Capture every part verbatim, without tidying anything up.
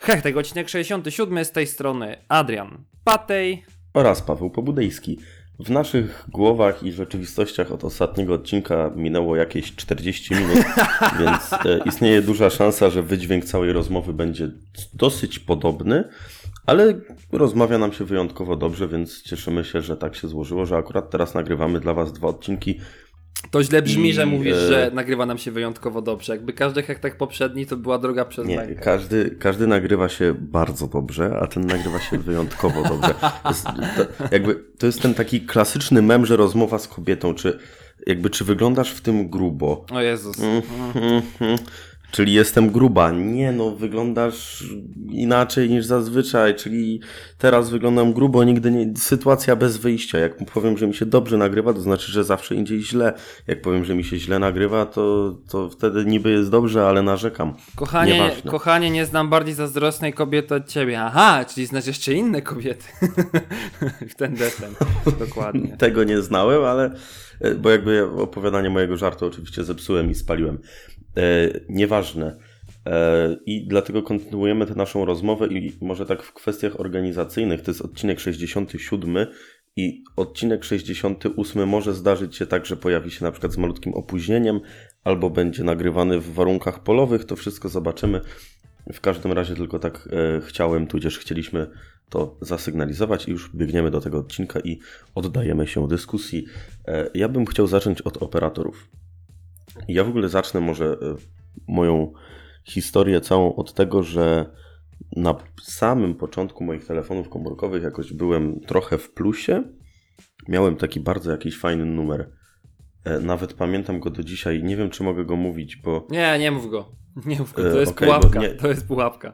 Hech, tego odcinek sześćdziesiąty siódmy, z tej strony Adrian Patej oraz Paweł Pobudejski. W naszych głowach i rzeczywistościach od ostatniego odcinka minęło jakieś czterdzieści minut, więc e, istnieje duża szansa, że wydźwięk całej rozmowy będzie dosyć podobny, ale rozmawia nam się wyjątkowo dobrze, więc cieszymy się, że tak się złożyło, że akurat teraz nagrywamy dla Was dwa odcinki. To źle brzmi, I, że mówisz, e... że nagrywa nam się wyjątkowo dobrze. Jakby każdy hektar poprzedni to była droga przez Nie, mękę. każdy, każdy nagrywa się bardzo dobrze, a ten nagrywa się wyjątkowo dobrze. To jest, to, jakby, to jest ten taki klasyczny mem, że rozmowa z kobietą, czy jakby czy wyglądasz w tym grubo. O Jezus. Mm, mm, mm. Czyli jestem gruba. Nie no, wyglądasz inaczej niż zazwyczaj, czyli teraz wyglądam grubo, nigdy nie... Sytuacja bez wyjścia. Jak powiem, że mi się dobrze nagrywa, to znaczy, że zawsze idzie źle. Jak powiem, że mi się źle nagrywa, to, to wtedy niby jest dobrze, ale narzekam. Kochanie, kochanie, nie znam bardziej zazdrosnej kobiety od ciebie. Aha, czyli znasz jeszcze inne kobiety. W ten desen. Dokładnie. Tego nie znałem, ale... Bo jakby opowiadanie mojego żartu oczywiście zepsułem i spaliłem. E, nieważne. E, I dlatego kontynuujemy tę naszą rozmowę i może tak w kwestiach organizacyjnych. To jest odcinek sześćdziesiąty siódmy i odcinek sześćdziesiąty ósmy może zdarzyć się tak, że pojawi się na przykład z malutkim opóźnieniem albo będzie nagrywany w warunkach polowych. To wszystko zobaczymy. W każdym razie tylko tak e, chciałem, tudzież chcieliśmy to zasygnalizować i już biegniemy do tego odcinka i oddajemy się dyskusji. E, ja bym chciał zacząć od operatorów. Ja w ogóle zacznę może e, moją historię całą od tego, że na samym początku moich telefonów komórkowych jakoś byłem trochę w plusie. Miałem taki bardzo jakiś fajny numer. E, nawet pamiętam go do dzisiaj. Nie wiem, czy mogę go mówić, bo... Nie, nie mów go. Nie mów go, to jest okay, pułapka. Nie, to jest pułapka.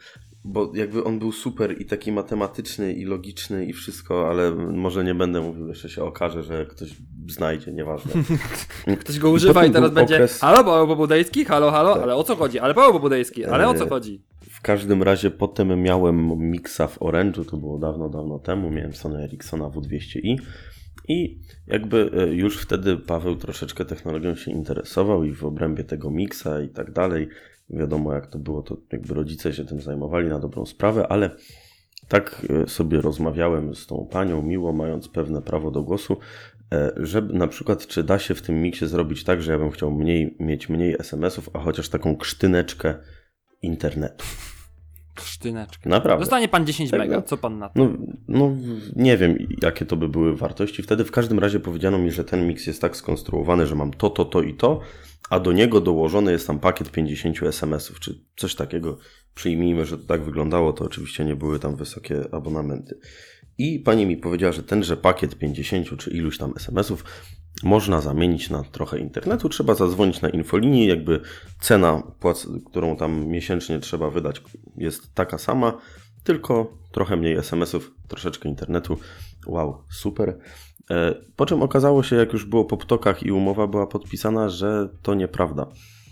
Bo jakby on był super i taki matematyczny i logiczny i wszystko, ale może nie będę mówił, jeszcze się okaże, że ktoś znajdzie, nieważne. Ktoś go używa i, i teraz będzie okres... halo Paweł Pobudejski, halo, halo, tak. Ale o co chodzi? Ale Paweł Pobudejski, ale o co chodzi? W każdym razie potem miałem Mixa w Orange'u, to było dawno, dawno temu, miałem Sony Ericssona W dwieście i i jakby już wtedy Paweł troszeczkę technologią się interesował i w obrębie tego Mixa i tak dalej. Wiadomo jak to było, to jakby rodzice się tym zajmowali na dobrą sprawę, ale tak sobie rozmawiałem z tą panią miło, mając pewne prawo do głosu, żeby na przykład czy da się w tym Mixie zrobić tak, że ja bym chciał mniej, mieć mniej es em esów, a chociaż taką krztyneczkę internetu. Krztyneczkę. Naprawdę. Dostanie pan dziesięć mega, co pan na to? No, no nie wiem jakie to by były wartości. Wtedy w każdym razie powiedziano mi, że ten Mix jest tak skonstruowany, że mam to, to, to i to, a do niego dołożony jest tam pakiet pięćdziesiąt es em esów, czy coś takiego. Przyjmijmy, że to tak wyglądało, to oczywiście nie były tam wysokie abonamenty. I pani mi powiedziała, że tenże pakiet pięćdziesiąt czy iluś tam es em esów można zamienić na trochę internetu, trzeba zadzwonić na infolinii, jakby cena, płac- którą tam miesięcznie trzeba wydać jest taka sama, tylko trochę mniej es em esów, troszeczkę internetu. Wow, super. Po czym okazało się, jak już było po ptokach i umowa była podpisana, że to nieprawda.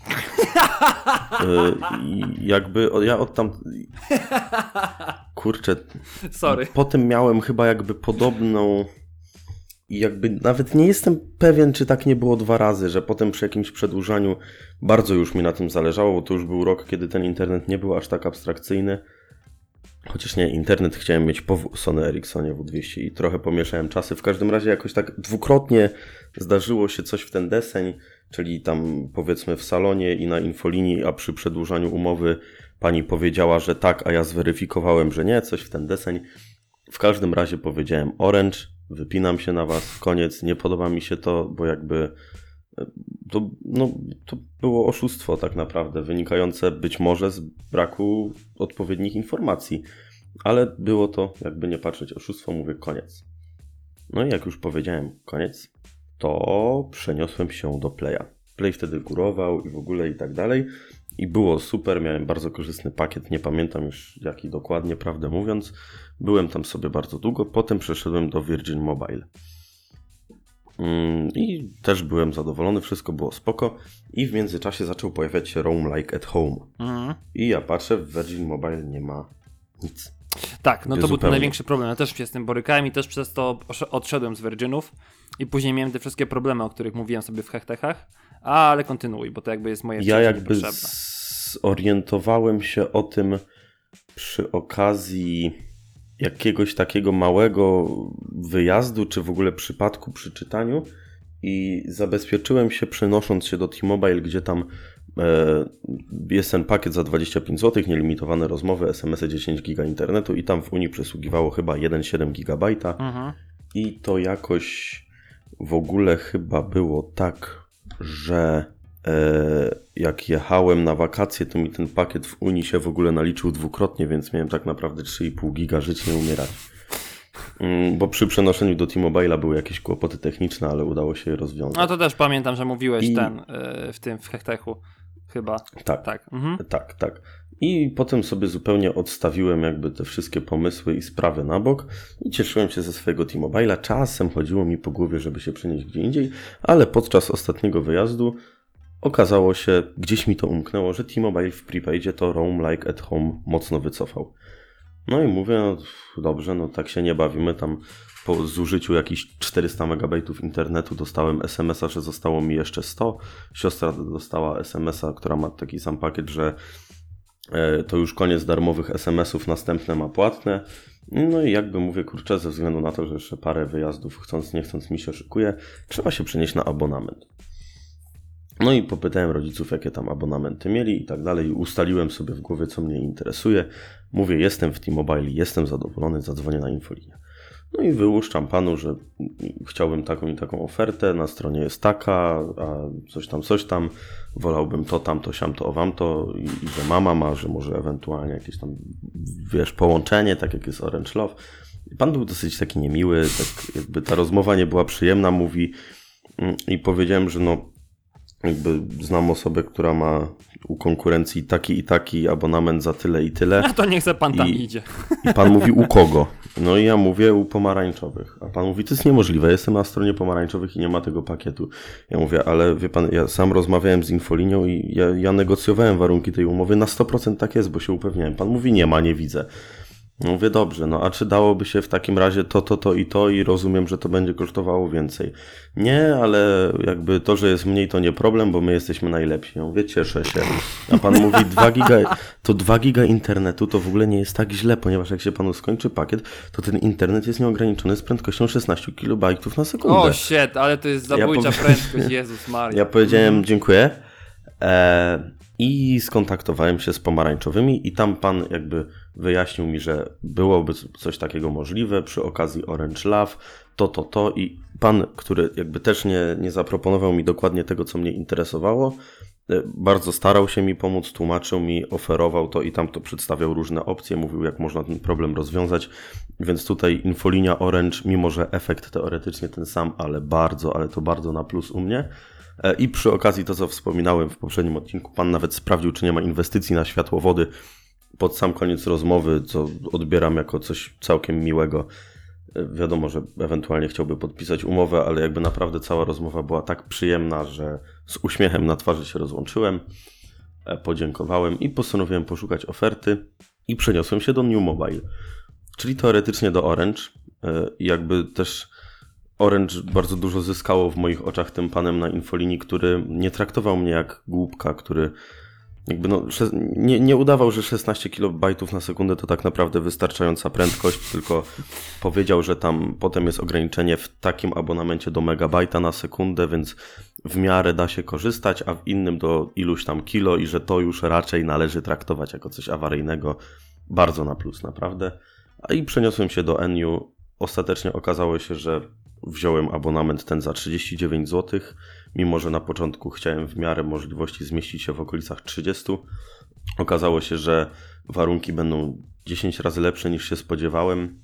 I jakby ja od tam... Kurczę. Sorry. Potem miałem chyba jakby podobną... I jakby nawet nie jestem pewien, czy tak nie było dwa razy, że potem przy jakimś przedłużaniu bardzo już mi na tym zależało, bo to już był rok, kiedy ten internet nie był aż tak abstrakcyjny. Chociaż nie, internet chciałem mieć po Sony Ericssonie W dwieście i trochę pomieszałem czasy. W każdym razie jakoś tak dwukrotnie zdarzyło się coś w ten deseń, czyli tam powiedzmy w salonie i na infolinii, a przy przedłużaniu umowy pani powiedziała, że tak, a ja zweryfikowałem, że nie, coś w ten deseń. W każdym razie powiedziałem Orange, wypinam się na was, koniec, nie podoba mi się to, bo jakby to, no, to było oszustwo tak naprawdę, wynikające być może z braku odpowiednich informacji, ale było to, jakby nie patrzeć, oszustwo, mówię koniec. No i jak już powiedziałem koniec, to przeniosłem się do Playa. Play wtedy górował i w ogóle i tak dalej i było super, miałem bardzo korzystny pakiet, nie pamiętam już jaki dokładnie, prawdę mówiąc. Byłem tam sobie bardzo długo, potem przeszedłem do Virgin Mobile. I też byłem zadowolony, wszystko było spoko i w międzyczasie zaczął pojawiać się Roam Like at Home. Mhm. I ja patrzę, w Virgin Mobile nie ma nic. Tak, no to zupełnie. Był największy problem. Ja też się z tym borykałem i też przez to odszedłem z Virginów i później miałem te wszystkie problemy, o których mówiłem sobie w hechtechach, ale kontynuuj, bo to jakby jest moje Ja jakby zorientowałem się o tym przy okazji jakiegoś takiego małego wyjazdu, czy w ogóle przypadku przy czytaniu i zabezpieczyłem się przenosząc się do T-Mobile, gdzie tam e, jest ten pakiet za dwadzieścia pięć złotych, nielimitowane rozmowy, es em esy, dziesięć giga internetu i tam w Unii przysługiwało chyba jeden przecinek siedem gigabajta mhm. i to jakoś w ogóle chyba było tak, że e, jak jechałem na wakacje, to mi ten pakiet w Unii się w ogóle naliczył dwukrotnie, więc miałem tak naprawdę trzy i pół giga, żyć nie umierać. Bo przy przenoszeniu do T-Mobile'a były jakieś kłopoty techniczne, ale udało się je rozwiązać. No to też pamiętam, że mówiłeś I... ten yy, w tym w Hechtechu chyba. Tak, tak. Mhm. tak, tak. I potem sobie zupełnie odstawiłem jakby te wszystkie pomysły i sprawy na bok i cieszyłem się ze swojego T-Mobile'a. Czasem chodziło mi po głowie, żeby się przenieść gdzie indziej, ale podczas ostatniego wyjazdu okazało się, gdzieś mi to umknęło, że T-Mobile w prepaidzie to Roam Like at Home mocno wycofał. No i mówię, no dobrze, no tak się nie bawimy, tam po zużyciu jakichś czterysta megabajtów internetu dostałem es emesa, że zostało mi jeszcze sto, siostra dostała es em esa, która ma taki sam pakiet, że to już koniec darmowych es em esów, następne ma płatne, no i jakby mówię, kurczę, ze względu na to, że jeszcze parę wyjazdów chcąc nie chcąc mi się szykuje, trzeba się przenieść na abonament. No i popytałem rodziców, jakie tam abonamenty mieli i tak dalej. Ustaliłem sobie w głowie, co mnie interesuje. Mówię, jestem w T-Mobile, jestem zadowolony, zadzwonię na infolinię. No i wyłuszczam panu, że chciałbym taką i taką ofertę, na stronie jest taka, a coś tam, coś tam, wolałbym to, tamto, siamto, owamto i, i że mama ma, że może ewentualnie jakieś tam, wiesz, połączenie, tak jak jest Orange Love. Pan był dosyć taki niemiły, tak jakby ta rozmowa nie była przyjemna, mówi i powiedziałem, że no jakby znam osobę, która ma u konkurencji taki i taki abonament za tyle i tyle. A to niech se pan tam I, idzie. I pan mówi u kogo? No i ja mówię u pomarańczowych. A pan mówi, to jest niemożliwe, jestem na stronie pomarańczowych i nie ma tego pakietu. Ja mówię, ale wie pan, ja sam rozmawiałem z infolinią i ja, ja negocjowałem warunki tej umowy, na sto procent tak jest, bo się upewniałem. Pan mówi, nie ma, nie widzę. No mówię, dobrze, no a czy dałoby się w takim razie to, to, to i to i rozumiem, że to będzie kosztowało więcej. Nie, ale jakby to, że jest mniej, to nie problem, bo my jesteśmy najlepsi. Ja mówię, cieszę się. A pan mówi, dwa giga, to dwa giga internetu to w ogóle nie jest tak źle, ponieważ jak się panu skończy pakiet, to ten internet jest nieograniczony z prędkością szesnaście kilobajtów na sekundę. O shit, ale to jest zabójcza ja powie... prędkość, Jezus Maria. Ja powiedziałem, mm. dziękuję. E... I skontaktowałem się z pomarańczowymi i tam pan jakby wyjaśnił mi, że byłoby coś takiego możliwe przy okazji Orange Love, to, to, to i pan, który jakby też nie, nie zaproponował mi dokładnie tego, co mnie interesowało, bardzo starał się mi pomóc, tłumaczył mi, oferował to i tam to przedstawiał różne opcje, mówił jak można ten problem rozwiązać, więc tutaj infolinia Orange, mimo że efekt teoretycznie ten sam, ale bardzo, ale to bardzo na plus u mnie. I przy okazji to, co wspominałem w poprzednim odcinku, pan nawet sprawdził, czy nie ma inwestycji na światłowody pod sam koniec rozmowy, co odbieram jako coś całkiem miłego. Wiadomo, że ewentualnie chciałby podpisać umowę, ale jakby naprawdę cała rozmowa była tak przyjemna, że z uśmiechem na twarzy się rozłączyłem, podziękowałem i postanowiłem poszukać oferty i przeniosłem się do New Mobile, czyli teoretycznie do Orange. Jakby też Orange bardzo dużo zyskało w moich oczach tym panem na infolinii, który nie traktował mnie jak głupka, który jakby no, nie, nie udawał, że szesnaście kilobajtów na sekundę to tak naprawdę wystarczająca prędkość, tylko powiedział, że tam potem jest ograniczenie w takim abonamencie do megabajta na sekundę, więc w miarę da się korzystać, a w innym do iluś tam kilo i że to już raczej należy traktować jako coś awaryjnego. Bardzo na plus, naprawdę. A i przeniosłem się do N U. Ostatecznie okazało się, że wziąłem abonament ten za trzydzieści dziewięć złotych, mimo że na początku chciałem w miarę możliwości zmieścić się w okolicach trzydziestu. Okazało się, że warunki będą dziesięć razy lepsze niż się spodziewałem,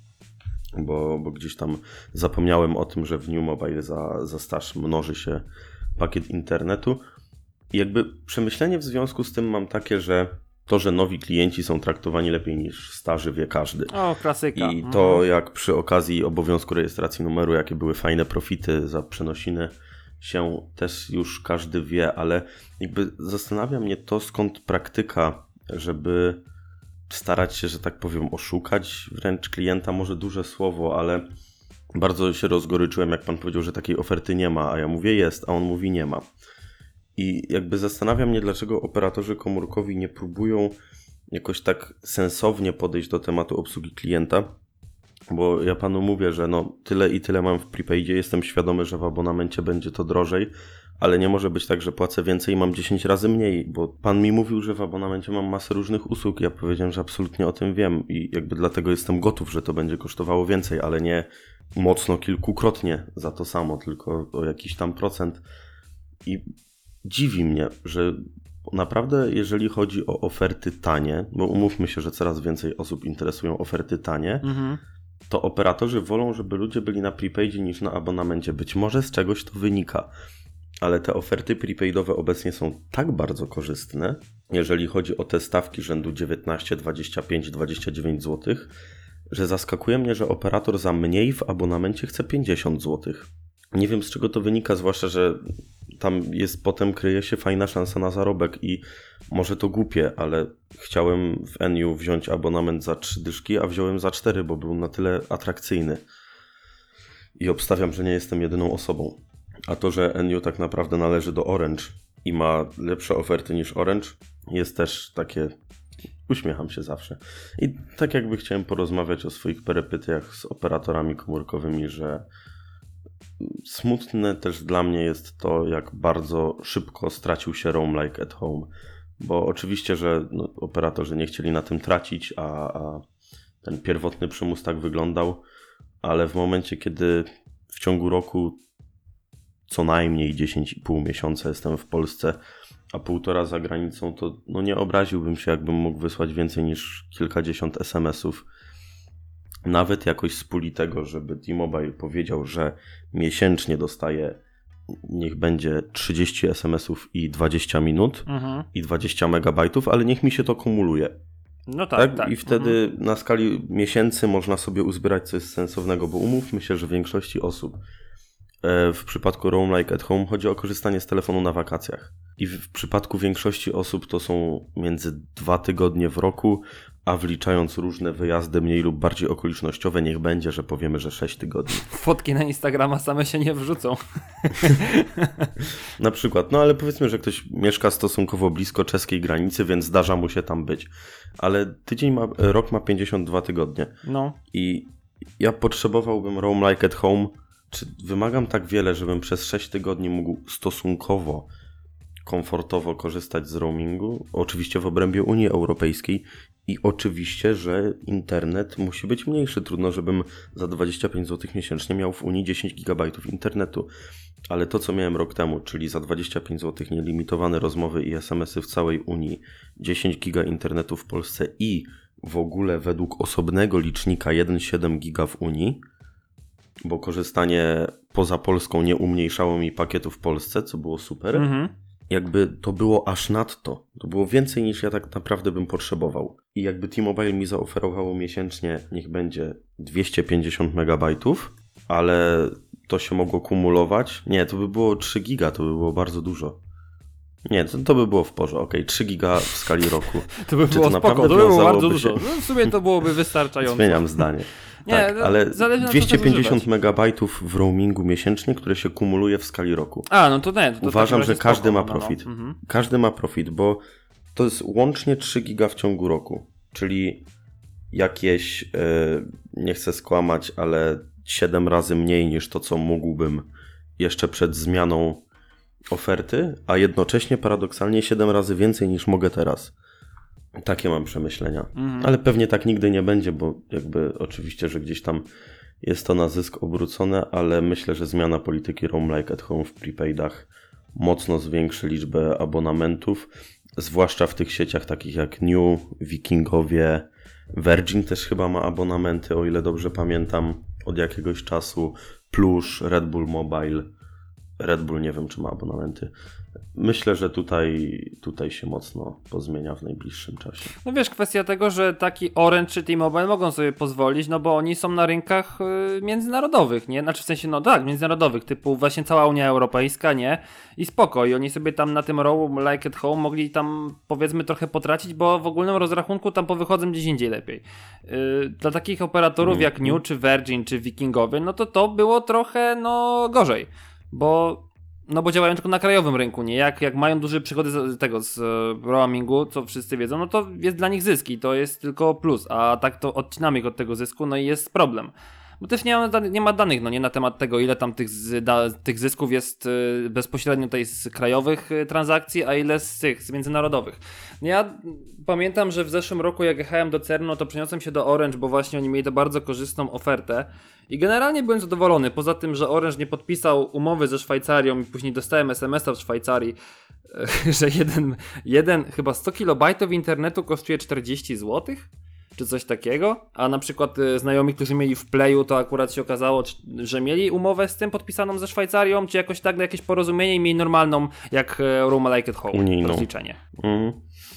bo, bo gdzieś tam zapomniałem o tym, że w New Mobile za, za staż mnoży się pakiet internetu. I jakby przemyślenie w związku z tym mam takie, że to, że nowi klienci są traktowani lepiej niż starzy, wie każdy. O, klasyka. I to jak przy okazji obowiązku rejestracji numeru, jakie były fajne profity za przenosiny się też już każdy wie, ale jakby zastanawia mnie to, skąd praktyka, żeby starać się, że tak powiem, oszukać wręcz klienta, może duże słowo, ale bardzo się rozgoryczyłem, jak pan powiedział, że takiej oferty nie ma, a ja mówię jest, a on mówi nie ma. I jakby zastanawia mnie, dlaczego operatorzy komórkowi nie próbują jakoś tak sensownie podejść do tematu obsługi klienta, bo ja panu mówię, że no tyle i tyle mam w prepaidzie, jestem świadomy, że w abonamencie będzie to drożej, ale nie może być tak, że płacę więcej i mam dziesięć razy mniej, bo pan mi mówił, że w abonamencie mam masę różnych usług. Ja powiedziałem, że absolutnie o tym wiem i jakby dlatego jestem gotów, że to będzie kosztowało więcej, ale nie mocno kilkukrotnie za to samo, tylko o jakiś tam procent. I dziwi mnie, że naprawdę jeżeli chodzi o oferty tanie, bo umówmy się, że coraz więcej osób interesują oferty tanie, mhm. to operatorzy wolą, żeby ludzie byli na prepaidzie niż na abonamencie. Być może z czegoś to wynika. Ale te oferty prepaidowe obecnie są tak bardzo korzystne, jeżeli chodzi o te stawki rzędu dziewiętnaście, dwadzieścia pięć, dwadzieścia dziewięć złotych, że zaskakuje mnie, że operator za mniej w abonamencie chce pięćdziesiąt złotych. Nie wiem, z czego to wynika, zwłaszcza, że tam jest potem kryje się fajna szansa na zarobek i może to głupie, ale chciałem w N U wziąć abonament za trzy dyszki, a wziąłem za cztery, bo był na tyle atrakcyjny. I obstawiam, że nie jestem jedyną osobą. A to, że N U tak naprawdę należy do Orange i ma lepsze oferty niż Orange, jest też takie... Uśmiecham się zawsze. I tak jakby chciałem porozmawiać o swoich perypetiach z operatorami komórkowymi, że smutne też dla mnie jest to, jak bardzo szybko stracił się Roam Like at Home. Bo oczywiście, że no, operatorzy nie chcieli na tym tracić, a, a ten pierwotny przymus tak wyglądał, ale w momencie, kiedy w ciągu roku co najmniej dziesięć i pół miesiąca jestem w Polsce, a półtora za granicą, to no nie obraziłbym się, jakbym mógł wysłać więcej niż kilkadziesiąt es em esów. Nawet jakoś z puli tego, żeby T-Mobile powiedział, że miesięcznie dostaje, niech będzie trzydzieści es em esów i dwadzieścia minut mhm. i dwadzieścia megabajtów, ale niech mi się to kumuluje. No tak, tak. tak. I wtedy mhm. na skali miesięcy można sobie uzbierać coś sensownego, bo umówmy się, że w większości osób w przypadku Roam Like at Home chodzi o korzystanie z telefonu na wakacjach. I w przypadku większości osób to są między dwa tygodnie w roku, a wliczając różne wyjazdy mniej lub bardziej okolicznościowe, niech będzie, że powiemy, że sześć tygodni. Fotki na Instagrama same się nie wrzucą. Na przykład, no ale powiedzmy, że ktoś mieszka stosunkowo blisko czeskiej granicy, więc zdarza mu się tam być. Ale tydzień ma, rok ma pięćdziesiąt dwa tygodnie. No. I ja potrzebowałbym Roam Like at Home. Czy wymagam tak wiele, żebym przez sześć tygodni mógł stosunkowo komfortowo korzystać z roamingu? Oczywiście w obrębie Unii Europejskiej i oczywiście, że internet musi być mniejszy. Trudno, żebym za dwadzieścia pięć złotych miesięcznie miał w Unii dziesięć gigabajtów internetu. Ale to, co miałem rok temu, czyli za dwadzieścia pięć złotych nielimitowane rozmowy i es em esy w całej Unii, dziesięć giga internetu w Polsce i w ogóle według osobnego licznika jeden przecinek siedem giga w Unii, bo korzystanie poza Polską nie umniejszało mi pakietu w Polsce, co było super. Mhm. Jakby to było aż nadto. To było więcej niż ja tak naprawdę bym potrzebował. I jakby T-Mobile mi zaoferowało miesięcznie, niech będzie dwieście pięćdziesiąt megabajtów, ale to się mogło kumulować. Nie, to by było trzy giga, to by było bardzo dużo. Nie, to, to by było w porze. Okej, okay, trzy giga w skali roku. To by było to spoko, to by było bardzo dużo. Się... No, w sumie to byłoby wystarczająco. Zmieniam zdanie. Nie, tak, no, ale dwieście pięćdziesiąt megabajtów w roamingu miesięcznie, które się kumuluje w skali roku. A, no to nie. To Uważam, to że każdy spoko, ma profit. No, no. Każdy ma profit, bo to jest łącznie trzy giga w ciągu roku. Czyli jakieś, yy, nie chcę skłamać, ale siedem razy mniej niż to, co mógłbym jeszcze przed zmianą oferty, a jednocześnie paradoksalnie siedem razy więcej niż mogę teraz. Takie mam przemyślenia. Mhm. Ale pewnie tak nigdy nie będzie, bo jakby oczywiście, że gdzieś tam jest to na zysk obrócone, ale myślę, że zmiana polityki Roam Like at Home w prepaidach mocno zwiększy liczbę abonamentów, zwłaszcza w tych sieciach takich jak New, Wikingowie, Virgin też chyba ma abonamenty, o ile dobrze pamiętam, od jakiegoś czasu, Plush, Red Bull Mobile. Red Bull nie wiem, czy ma abonamenty. Myślę, że tutaj, tutaj się mocno pozmienia w najbliższym czasie. No wiesz, kwestia tego, że taki Orange czy T-Mobile mogą sobie pozwolić, no bo oni są na rynkach y, międzynarodowych, nie? Znaczy w sensie, no tak, międzynarodowych, typu właśnie cała Unia Europejska, nie? I spoko, i oni sobie tam na tym Roam Like at Home mogli tam powiedzmy trochę potracić, bo w ogólnym rozrachunku tam powychodzą gdzieś indziej lepiej. Y, dla takich operatorów mm. jak New, czy Virgin, czy Wikingowie, no to to było trochę, no gorzej. Bo No bo działają tylko na krajowym rynku, nie? Jak, jak mają duże przychody z tego, z roamingu, co wszyscy wiedzą, no to jest dla nich zysk i to jest tylko plus, a tak to odcinamy ich od tego zysku, no i jest problem. Bo też nie ma, nie ma danych, no nie, na temat tego, ile tam tych, z, da, tych zysków jest y, bezpośrednio tutaj z krajowych y, transakcji, a ile z tych, z międzynarodowych. Ja pamiętam, że w zeszłym roku jak jechałem do Cernu, to przeniosłem się do Orange, bo właśnie oni mieli to bardzo korzystną ofertę i generalnie byłem zadowolony, poza tym, że Orange nie podpisał umowy ze Szwajcarią i później dostałem es em es a w Szwajcarii, że jeden, jeden chyba sto kilobajtów internetu kosztuje czterdzieści złotych? Czy coś takiego, a na przykład y, znajomi, którzy mieli w Playu, to akurat się okazało, czy, że mieli umowę z tym podpisaną ze Szwajcarią, czy jakoś tak, jakieś porozumienie i mieli normalną, jak y, Roam Like at Home, unijną rozliczenie. Mhm.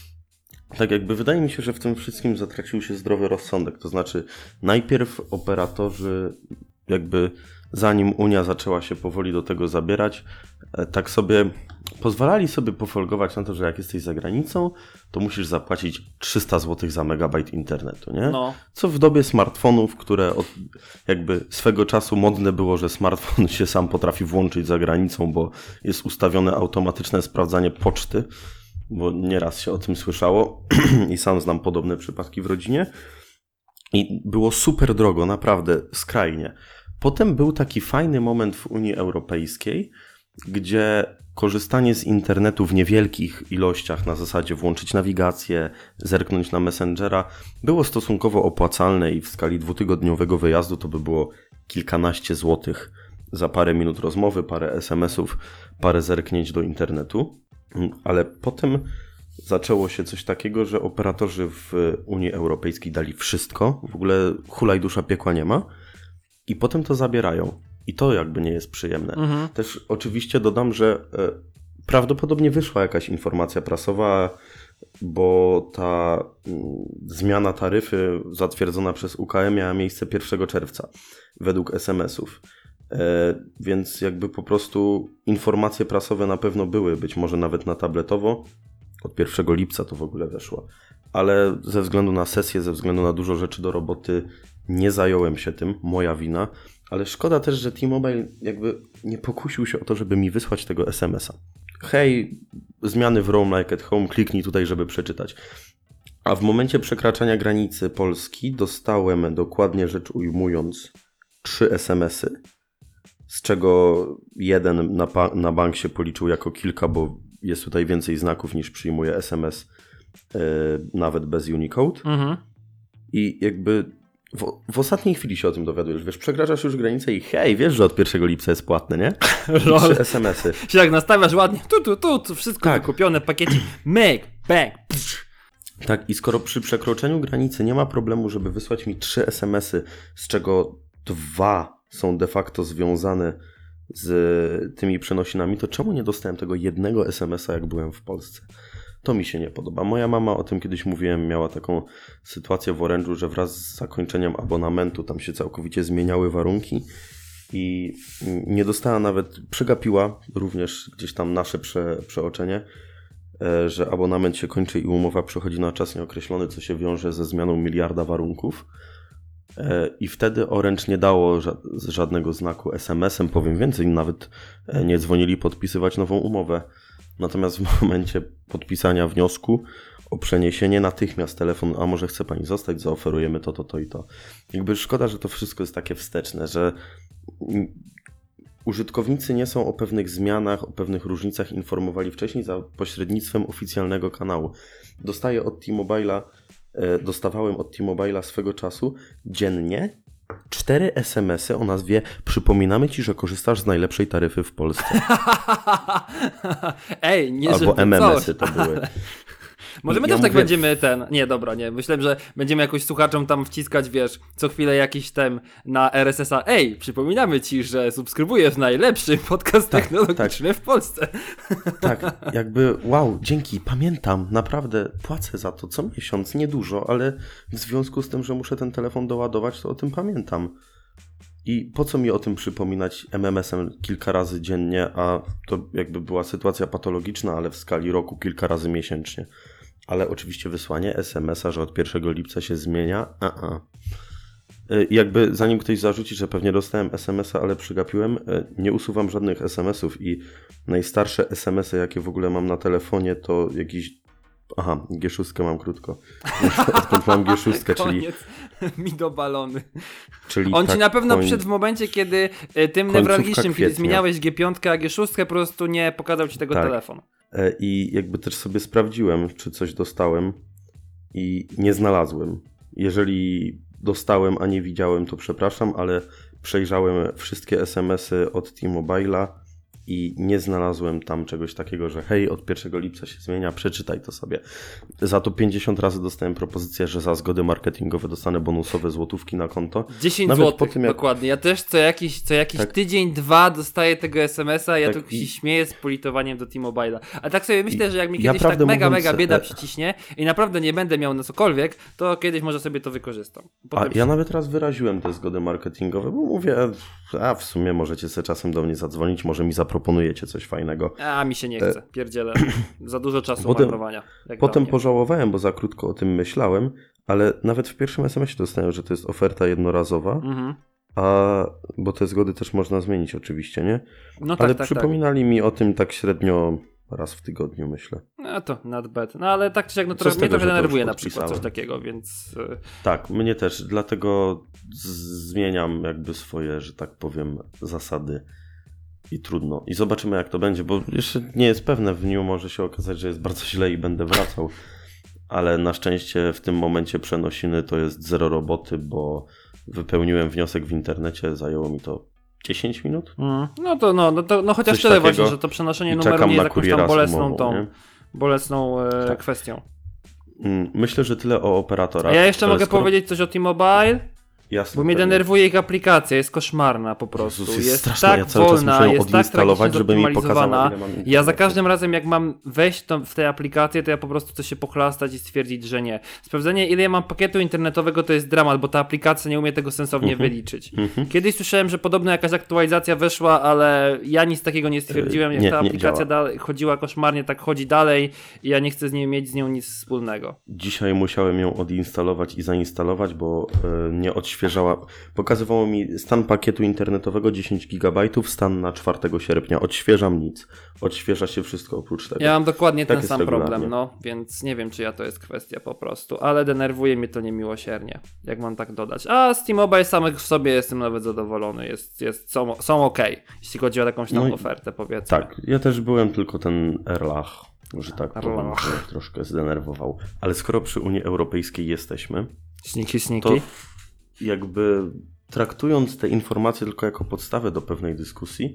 Tak jakby wydaje mi się, że w tym wszystkim zatracił się zdrowy rozsądek, to znaczy najpierw operatorzy jakby zanim Unia zaczęła się powoli do tego zabierać, tak sobie pozwalali sobie pofolgować na to, że jak jesteś za granicą, to musisz zapłacić trzysta złotych za megabajt internetu, nie? No. Co w dobie smartfonów, które od, jakby swego czasu modne było, że smartfon się sam potrafi włączyć za granicą, bo jest ustawione automatyczne sprawdzanie poczty, bo nieraz się o tym słyszało i sam znam podobne przypadki w rodzinie. I było super drogo, naprawdę, skrajnie. Potem był taki fajny moment w Unii Europejskiej, gdzie korzystanie z internetu w niewielkich ilościach, na zasadzie włączyć nawigację, zerknąć na Messengera, było stosunkowo opłacalne i w skali dwutygodniowego wyjazdu to by było kilkanaście złotych za parę minut rozmowy, parę es em esów, parę zerknięć do internetu. Ale potem zaczęło się coś takiego, że operatorzy w Unii Europejskiej dali wszystko, w ogóle hulaj dusza piekła nie ma i potem to zabierają. I to jakby nie jest przyjemne. Mhm. Też oczywiście dodam, że e, prawdopodobnie wyszła jakaś informacja prasowa, bo ta m, zmiana taryfy zatwierdzona przez U K E miała miejsce pierwszego czerwca według es em esów. E, więc jakby po prostu informacje prasowe na pewno były, być może nawet na tabletowo. Od pierwszego lipca to w ogóle weszło. Ale ze względu na sesję, ze względu na dużo rzeczy do roboty nie zająłem się tym, moja wina. Ale szkoda też, że T-Mobile jakby nie pokusił się o to, żeby mi wysłać tego es em es a. Hej, zmiany w Roam Like at Home, kliknij tutaj, żeby przeczytać. A w momencie przekraczania granicy Polski dostałem, dokładnie rzecz ujmując, trzy es em esy, z czego jeden na, pa- na bank się policzył jako kilka, bo jest tutaj więcej znaków niż przyjmuje es em es yy, nawet bez Unicode. Mhm. I jakby w, w ostatniej chwili się o tym dowiadujesz. Wiesz, przekraczasz już granicę i hej, wiesz, że od pierwszego lipca jest płatne, nie? I trzy es em esy. Się jak nastawiasz ładnie, tu, tu, tu, tu wszystko tak. Wykupione, pakiecie, make, bang, psz. Tak, i skoro przy przekroczeniu granicy nie ma problemu, żeby wysłać mi trzy es em esy, z czego dwa są de facto związane z tymi przenosinami, to czemu nie dostałem tego jednego es em es a, jak byłem w Polsce? To mi się nie podoba. Moja mama, o tym kiedyś mówiłem, miała taką sytuację w Orange'u, że wraz z zakończeniem abonamentu tam się całkowicie zmieniały warunki i nie dostała nawet, przegapiła również gdzieś tam nasze prze, przeoczenie, że abonament się kończy i umowa przechodzi na czas nieokreślony, co się wiąże ze zmianą miliarda warunków. I wtedy Orange nie dało żadnego znaku es em esem, powiem więcej, nawet nie dzwonili podpisywać nową umowę. Natomiast w momencie podpisania wniosku o przeniesienie natychmiast telefon, a może chce pani zostać, zaoferujemy to, to, to i to. Jakby szkoda, że to wszystko jest takie wsteczne, że użytkownicy nie są o pewnych zmianach, o pewnych różnicach informowali wcześniej za pośrednictwem oficjalnego kanału. Dostaję od T-Mobile'a, dostawałem od T-Mobile'a swego czasu dziennie cztery es em esy o nazwie przypominamy ci, że korzystasz z najlepszej taryfy w Polsce. Ej, nie albo em em esy to były. Może my ja też mówię... tak będziemy ten... Nie, dobra, nie. Myślałem, że będziemy jakoś słuchaczom tam wciskać, wiesz, co chwilę jakiś tem na er es es a. Ej, przypominamy ci, że subskrybujesz najlepszy podcast tak, technologiczny tak. w Polsce. Tak, jakby wow, dzięki, pamiętam, naprawdę płacę za to co miesiąc, niedużo, ale w związku z tym, że muszę ten telefon doładować, to o tym pamiętam. I po co mi o tym przypominać em em esem kilka razy dziennie, a to jakby była sytuacja patologiczna, ale w skali roku kilka razy miesięcznie. Ale oczywiście wysłanie es em es a, że od pierwszego lipca się zmienia, a, a. Jakby zanim ktoś zarzuci, że pewnie dostałem es em es a, ale przegapiłem, nie usuwam żadnych es em esów i najstarsze es em esy, jakie w ogóle mam na telefonie, to jakiś... Aha, G sześć mam krótko. Odkąd mam G sześć, czyli... mi do balony. Czyli On tak ci na pewno koń... przyszedł w momencie, kiedy tym newralgicznym, kiedy zmieniałeś G pięć, a G sześć po prostu nie pokazał ci tego tak. telefon. I jakby też sobie sprawdziłem, czy coś dostałem i nie znalazłem. Jeżeli dostałem, a nie widziałem, to przepraszam, ale przejrzałem wszystkie es em esy od T-Mobile'a i nie znalazłem tam czegoś takiego, że hej, od pierwszego lipca się zmienia, przeczytaj to sobie. Za to pięćdziesiąt razy dostałem propozycję, że za zgody marketingowe dostanę bonusowe złotówki na konto. dziesięć złotych, jak... dokładnie. Ja też co jakiś, co jakiś tak. tydzień, dwa dostaję tego es em es a, ja tak tu i... się śmieję z politowaniem do T-Mobile'a. A tak sobie myślę, że jak mi kiedyś ja tak mega, mówiąc... mega bieda przyciśnie i naprawdę nie będę miał na cokolwiek, to kiedyś może sobie to wykorzystam. Potem... A ja nawet raz wyraziłem te zgody marketingowe, bo mówię, a w sumie możecie sobie czasem do mnie zadzwonić, może mi zaproponujecie coś fajnego. A mi się nie chce, pierdzielę. Za dużo czasu potem, marnowania. Potem pożałowałem, bo za krótko o tym myślałem, ale nawet w pierwszym es em esie dostałem, że to jest oferta jednorazowa, mhm. a bo te zgody też można zmienić oczywiście, nie? No tak, ale tak, przypominali tak. mi o tym tak średnio raz w tygodniu, myślę. No to not bad. No ale tak czy jak, no to mnie trochę denerwuje na przykład coś takiego, więc... Tak, mnie też, dlatego z- zmieniam jakby swoje, że tak powiem, zasady. I trudno. I zobaczymy, jak to będzie, bo jeszcze nie jest pewne, w dniu może się okazać, że jest bardzo źle i będę wracał. Ale na szczęście w tym momencie przenosiny to jest zero roboty, bo wypełniłem wniosek w internecie, zajęło mi to dziesięć minut. Mm. No to no, no, to, no chociaż tyle właśnie, że to przenoszenie numeru nie jest jakąś tam bolesną umową, tą, nie? bolesną e, tak. kwestią. Myślę, że tyle o operatorach. A ja jeszcze mogę skoro... powiedzieć coś o T-Mobile. Jasne, bo mnie pewnie. denerwuje ich aplikacja, jest koszmarna po prostu. Jezus, jest jest tak ja cały wolna, czas jest tak tragicznie żeby mi zoptymalizowana. pokazała, Ja za każdym razem jak mam wejść to, w tę aplikację, to ja po prostu chcę się pochlastać i stwierdzić, że nie. Sprawdzenie ile ja mam pakietu internetowego to jest dramat, bo ta aplikacja nie umie tego sensownie uh-huh. wyliczyć. Uh-huh. Kiedyś słyszałem, że podobno jakaś aktualizacja weszła, ale ja nic takiego nie stwierdziłem. Jak nie, ta aplikacja dalej, chodziła koszmarnie, tak chodzi dalej i ja nie chcę z nią mieć z nią nic wspólnego. Dzisiaj musiałem ją odinstalować i zainstalować, bo yy, nie odświeżała. Pokazywało mi stan pakietu internetowego dziesięć gigabajtów, stan na czwartego sierpnia. Odświeżam nic. Odświeża się wszystko oprócz tego. Ja mam dokładnie tak ten sam regularnie. problem, no, więc nie wiem, czy ja to jest kwestia po prostu, ale denerwuje mnie to niemiłosiernie, jak mam tak dodać. A z T-Mobile samych w sobie jestem nawet zadowolony, jest, jest, są, są okej, okay, jeśli chodzi o jakąś tam no ofertę, powiedzmy. Tak, ja też byłem tylko ten Erlach, że tak powiem, troszkę zdenerwował. Ale skoro przy Unii Europejskiej jesteśmy, sniki, sniki. to jakby traktując te informacje tylko jako podstawę do pewnej dyskusji,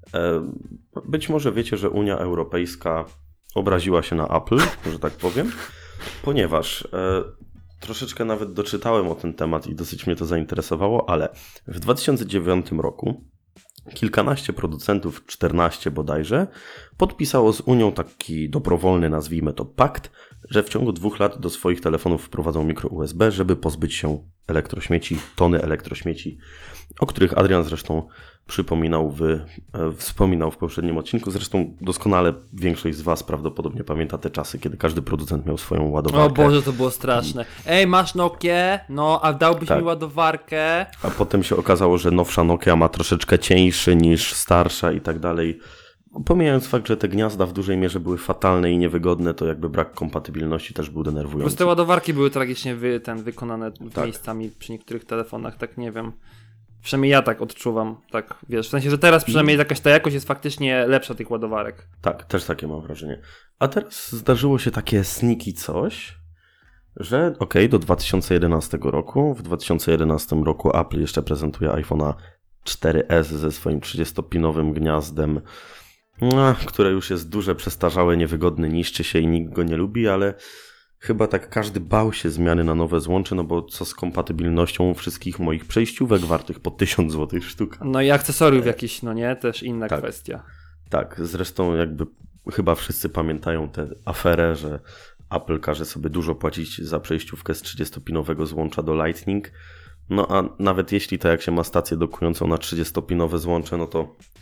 być może wiecie, że Unia Europejska obraziła się na Apple, że tak powiem, ponieważ troszeczkę nawet doczytałem o ten temat i dosyć mnie to zainteresowało, ale w dwa tysiące dziewiątym roku kilkanaście producentów, czternaście bodajże, podpisało z Unią taki dobrowolny, nazwijmy to, pakt, że w ciągu dwóch lat do swoich telefonów wprowadzą mikro U S B, żeby pozbyć się elektrośmieci, tony elektrośmieci, o których Adrian zresztą przypominał, w, e, wspominał w poprzednim odcinku. Zresztą doskonale większość z Was prawdopodobnie pamięta te czasy, kiedy każdy producent miał swoją ładowarkę. O Boże, to było straszne. Ej, masz Nokię? No, a dałbyś tak. mi ładowarkę? A potem się okazało, że nowsza Nokia ma troszeczkę cieńszy niż starsza i tak dalej. Pomijając fakt, że te gniazda w dużej mierze były fatalne i niewygodne, to jakby brak kompatybilności też był denerwujący. Po prostu te ładowarki były tragicznie wy, ten, wykonane tak. miejscami przy niektórych telefonach, tak nie wiem. Przynajmniej ja tak odczuwam, tak wiesz, w sensie, że teraz przynajmniej jakaś ta jakość jest faktycznie lepsza tych ładowarek. Tak, też takie mam wrażenie. A teraz zdarzyło się takie sneaky coś, że okej, okay, do dwa tysiące jedenastego roku, w dwa tysiące jedenastym roku Apple jeszcze prezentuje iPhone'a cztery S ze swoim trzydziestopinowym gniazdem, które już jest duże, przestarzałe, niewygodne, niszczy się i nikt go nie lubi, ale chyba tak każdy bał się zmiany na nowe złącze, no bo co z kompatybilnością wszystkich moich przejściówek wartych po tysiąc złotych sztuka. No i akcesoriów jakieś, no nie? Też inna tak, kwestia. Tak, zresztą jakby chyba wszyscy pamiętają tę aferę, że Apple każe sobie dużo płacić za przejściówkę z trzydziestopinowego złącza do Lightning. No a nawet jeśli to jak się ma stację dokującą na trzydziestopinowe złącze, no to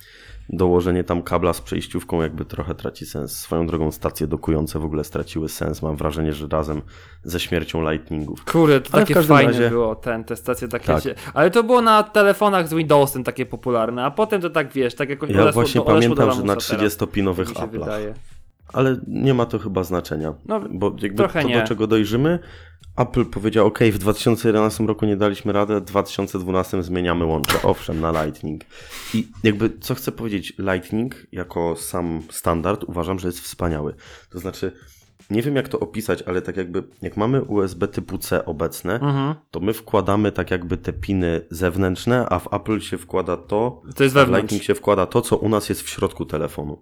dołożenie tam kabla z przejściówką jakby trochę traci sens. Swoją drogą stacje dokujące w ogóle straciły sens. Mam wrażenie, że razem ze śmiercią lightningów. Kurde, to Ale takie w każdym fajne razie... było, ten, te stacje takie, Tak. się... ale to było na telefonach z Windowsem takie popularne, a potem to tak, wiesz, tak jakoś Ja odeszło, właśnie do, odeszło do pamiętam, że na lamusa teraz, trzydziestopinowych tak mi się Apple'ach. wydaje. Ale nie ma to chyba znaczenia, No, bo jakby trochę to, nie. do czego dojrzymy, Apple powiedział, ok, w dwa tysiące jedenastym roku nie daliśmy rady, w dwa tysiące dwunastym zmieniamy łącze, owszem, na Lightning. I jakby, co chcę powiedzieć, Lightning jako sam standard uważam, że jest wspaniały. To znaczy, nie wiem jak to opisać, ale tak jakby, jak mamy U S B typu C obecne, Mhm. to my wkładamy tak jakby te piny zewnętrzne, a w Apple się wkłada to, To jest a w wewnątrz. Lightning się wkłada to, co u nas jest w środku telefonu.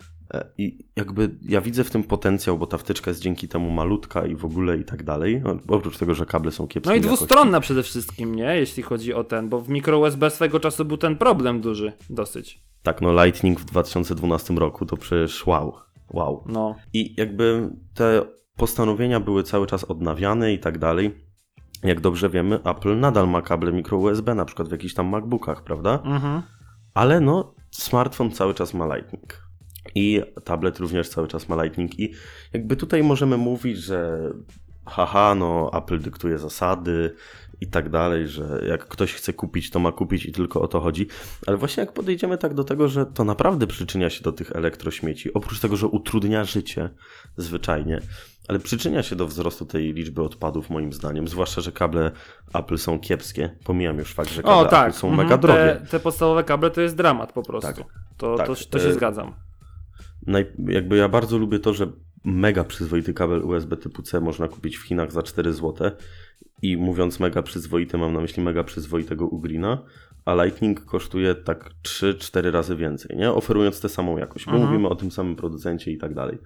I jakby ja widzę w tym potencjał, bo ta wtyczka jest dzięki temu malutka i w ogóle i tak dalej. No, oprócz tego, że kable są kiepskie. No i dwustronna przede wszystkim, nie? Jeśli chodzi o ten, bo w mikro U S B swego czasu był ten problem duży dosyć. Tak, no Lightning w dwa tysiące dwunastym roku to przecież wow, wow. No. I jakby te postanowienia były cały czas odnawiane i tak dalej. Jak dobrze wiemy, Apple nadal ma kable mikro U S B, na przykład w jakichś tam MacBookach, prawda? Mhm. Ale no, smartfon cały czas ma Lightning. I tablet również cały czas ma Lightning i jakby tutaj możemy mówić, że haha, no Apple dyktuje zasady i tak dalej, że jak ktoś chce kupić, to ma kupić i tylko o to chodzi. Ale właśnie jak podejdziemy tak do tego, że to naprawdę przyczynia się do tych elektrośmieci, oprócz tego, że utrudnia życie zwyczajnie, ale przyczynia się do wzrostu tej liczby odpadów moim zdaniem, zwłaszcza, że kable Apple są kiepskie. Pomijam już fakt, że kable O tak, Apple są mhm. mega drogie. Te, te podstawowe kable to jest dramat po prostu. Tak. To, Tak. to, to się E, zgadzam. Naj, jakby ja bardzo lubię to, że mega przyzwoity kabel U S B typu C można kupić w Chinach za cztery złote i mówiąc mega przyzwoity mam na myśli mega przyzwoitego Ugrina, a Lightning kosztuje tak trzy cztery razy więcej, nie? Oferując tę samą jakość, bo Mhm. mówimy o tym samym producencie i tak dalej.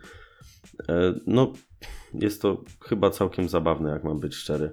E, no, jest to chyba całkiem zabawne, jak mam być szczery,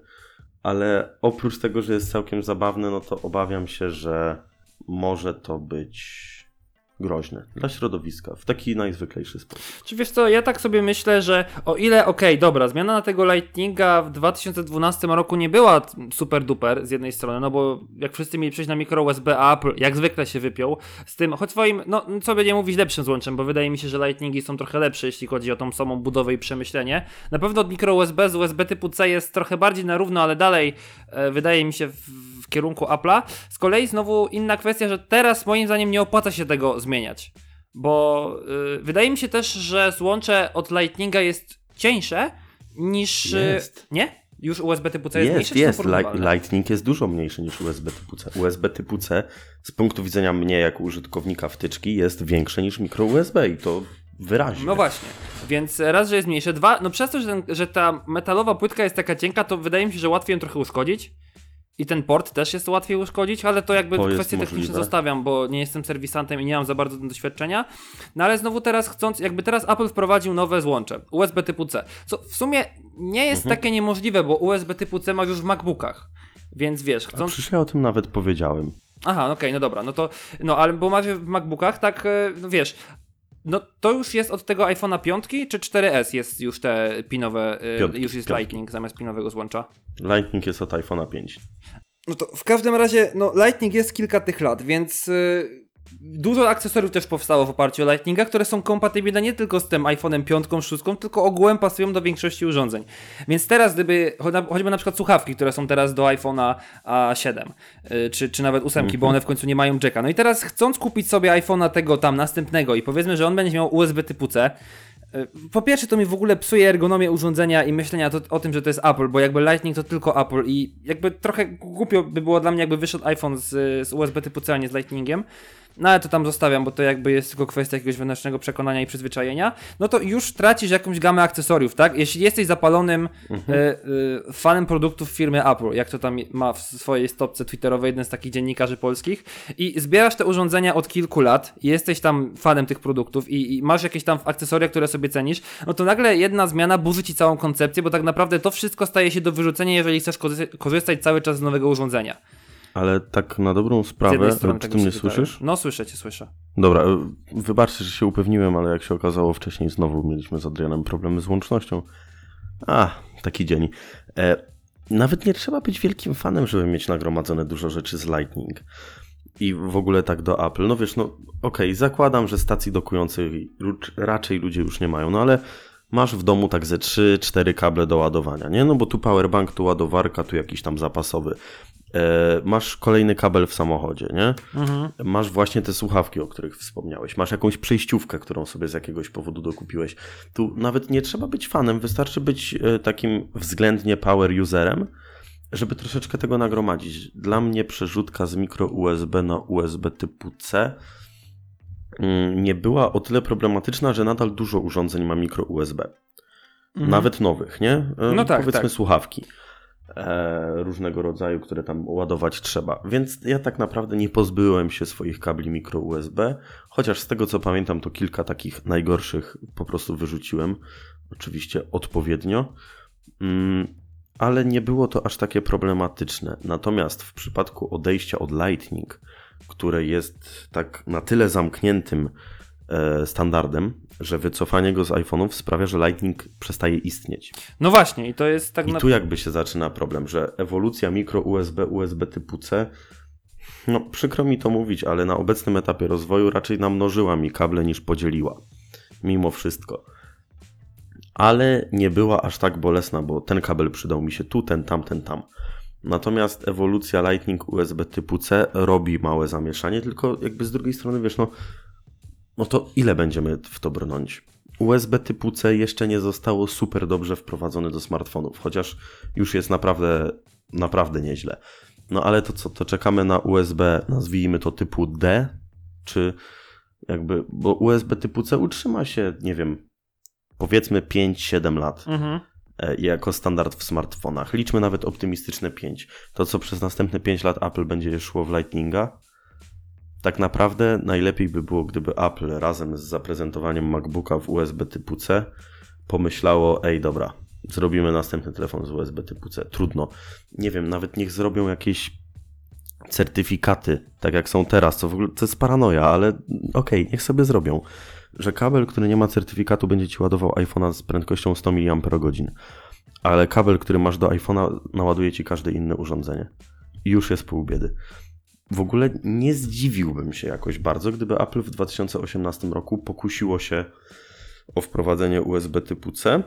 ale oprócz tego, że jest całkiem zabawne, no to obawiam się, że może to być groźne dla środowiska w taki najzwyklejszy sposób. Czy wiesz co, ja tak sobie myślę, że o ile, okej, okay, dobra, zmiana na tego Lightninga w dwa tysiące dwunastym roku nie była super duper z jednej strony, no bo jak wszyscy mieli przejść na mikro U S B, a Apple jak zwykle się wypiął z tym, choć swoim, no co by nie mówić, lepszym złączem, bo wydaje mi się, że Lightningi są trochę lepsze, jeśli chodzi o tą samą budowę i przemyślenie. Na pewno od mikro U S B z U S B typu C jest trochę bardziej na równo, ale dalej e, wydaje mi się w, w kierunku Apple'a. Z kolei znowu inna kwestia, że teraz moim zdaniem nie opłaca się tego zmieniać, bo y, wydaje mi się też, że złącze od Lightninga jest cieńsze niż... Jest. Nie? Już U S B typu C jest, Jest, mniejsze? jest. Czy są porównywalne? Lightning jest dużo mniejszy niż U S B typu C. U S B typu C z punktu widzenia mnie jako użytkownika wtyczki jest większe niż mikro U S B i to wyraźnie. No właśnie, więc raz, że jest mniejsze, dwa, no przez to, że, ten, że ta metalowa płytka jest taka cienka, to wydaje mi się, że łatwiej ją trochę uszkodzić. I ten port też jest łatwiej uszkodzić, ale to jakby To jest kwestie techniczne możliwe. zostawiam, bo nie jestem serwisantem i nie mam za bardzo doświadczenia. No ale znowu teraz chcąc, jakby teraz Apple wprowadził nowe złącze, U S B typu C, co w sumie nie jest Mhm. takie niemożliwe, bo U S B typu C ma już w MacBookach. Więc wiesz, A chcąc... przecież ja o tym nawet powiedziałem. Aha, okej, okay, no dobra, no to, no ale bo macie w MacBookach, tak, e, no wiesz, no to już jest od tego iPhone'a piątki, czy cztery S jest już te pinowe, e, Piątki, już jest piątki. Lightning zamiast pinowego złącza? Lightning jest od iPhone'a pięć. No to w każdym razie, no Lightning jest kilka tych lat, więc yy, dużo akcesoriów też powstało w oparciu o Lightninga, które są kompatybilne nie tylko z tym iPhone'em piątką, szóstką, tylko ogółem pasują do większości urządzeń. Więc teraz gdyby, cho- choćby na przykład słuchawki, które są teraz do iPhone'a A siedem, yy, czy, czy nawet ósemki, bo one w końcu nie mają jacka. No i teraz chcąc kupić sobie iPhone'a tego tam następnego i powiedzmy, że on będzie miał U S B typu C, po pierwsze to mi w ogóle psuje ergonomię urządzenia i myślenia to, o tym, że to jest Apple, bo jakby Lightning to tylko Apple i jakby trochę głupio by było dla mnie, jakby wyszedł iPhone z, z U S B typu C, a nie z Lightningiem. No ale to tam zostawiam, bo to jakby jest tylko kwestia jakiegoś wewnętrznego przekonania i przyzwyczajenia. No to już tracisz jakąś gamę akcesoriów, tak? Jeśli jesteś zapalonym mhm. y, y, fanem produktów firmy Apple, jak to tam ma w swojej stopce twitterowej jeden z takich dziennikarzy polskich i zbierasz te urządzenia od kilku lat i jesteś tam fanem tych produktów i, i masz jakieś tam akcesoria, które sobie cenisz, no to nagle jedna zmiana burzy ci całą koncepcję, bo tak naprawdę to wszystko staje się do wyrzucenia, jeżeli chcesz korzy- korzystać cały czas z nowego urządzenia. Ale tak na dobrą Z sprawę, jednej strony czy tego ty mnie się wydaje. słyszysz? No słyszę cię, słyszę. Dobra, wybaczcie, że się upewniłem, ale jak się okazało wcześniej znowu mieliśmy z Adrianem problemy z łącznością. A, taki dzień. E, nawet nie trzeba być wielkim fanem, żeby mieć nagromadzone dużo rzeczy z Lightning. I w ogóle tak do Apple. No wiesz, no okej, okay, zakładam, że stacji dokującej raczej ludzie już nie mają, no ale masz w domu tak ze trzy cztery kable do ładowania, nie? No bo tu powerbank, tu ładowarka, tu jakiś tam zapasowy. E, masz kolejny kabel w samochodzie, nie? Mhm. Masz właśnie te słuchawki, o których wspomniałeś. Masz jakąś przejściówkę, którą sobie z jakiegoś powodu dokupiłeś. Tu nawet nie trzeba być fanem, wystarczy być e, takim względnie power userem, żeby troszeczkę tego nagromadzić. Dla mnie przerzutka z mikro U S B na U S B typu C nie była o tyle problematyczna, że nadal dużo urządzeń ma mikro U S B. Mhm. Nawet nowych, nie? No tak, Powiedzmy tak. słuchawki e, różnego rodzaju, które tam ładować trzeba. Więc ja tak naprawdę nie pozbyłem się swoich kabli mikro U S B, chociaż z tego co pamiętam to kilka takich najgorszych po prostu wyrzuciłem. Oczywiście odpowiednio. Mm, ale nie było to aż takie problematyczne. Natomiast w przypadku odejścia od Lightning, które jest tak na tyle zamkniętym e, standardem, że wycofanie go z iPhone'ów sprawia, że Lightning przestaje istnieć. No właśnie, i to jest tak I na... tu jakby się zaczyna problem, że ewolucja mikro U S B, U S B typu C, no przykro mi to mówić, ale na obecnym etapie rozwoju raczej namnożyła mi kable niż podzieliła. Mimo wszystko. Ale nie była aż tak bolesna, bo ten kabel przydał mi się tu, ten tam, ten tam. Natomiast ewolucja Lightning U S B typu C robi małe zamieszanie, tylko jakby z drugiej strony wiesz, no, no to ile będziemy w to brnąć? U S B typu C jeszcze nie zostało super dobrze wprowadzone do smartfonów, chociaż już jest naprawdę, naprawdę nieźle. No ale to co, to czekamy na U S B, nazwijmy to typu D, czy jakby, bo U S B typu C utrzyma się, nie wiem, powiedzmy pięć siedem lat. Mhm. Jako standard w smartfonach. Liczmy nawet optymistyczne pięć. To, co przez następne pięć lat Apple będzie szło w Lightninga, tak naprawdę najlepiej by było, gdyby Apple razem z zaprezentowaniem MacBooka w U S B typu C pomyślało, ej dobra, zrobimy następny telefon z U S B typu C. Trudno. Nie wiem, nawet niech zrobią jakieś certyfikaty, tak jak są teraz, co w ogóle to jest paranoja, ale okej, okay, niech sobie zrobią. Że kabel, który nie ma certyfikatu, będzie ci ładował iPhone'a z prędkością sto miliampergodzin, ale kabel, który masz do iPhone'a, naładuje ci każde inne urządzenie. I już jest pół biedy. W ogóle nie zdziwiłbym się jakoś bardzo, gdyby Apple w dwa tysiące osiemnastym roku pokusiło się o wprowadzenie U S B typu C.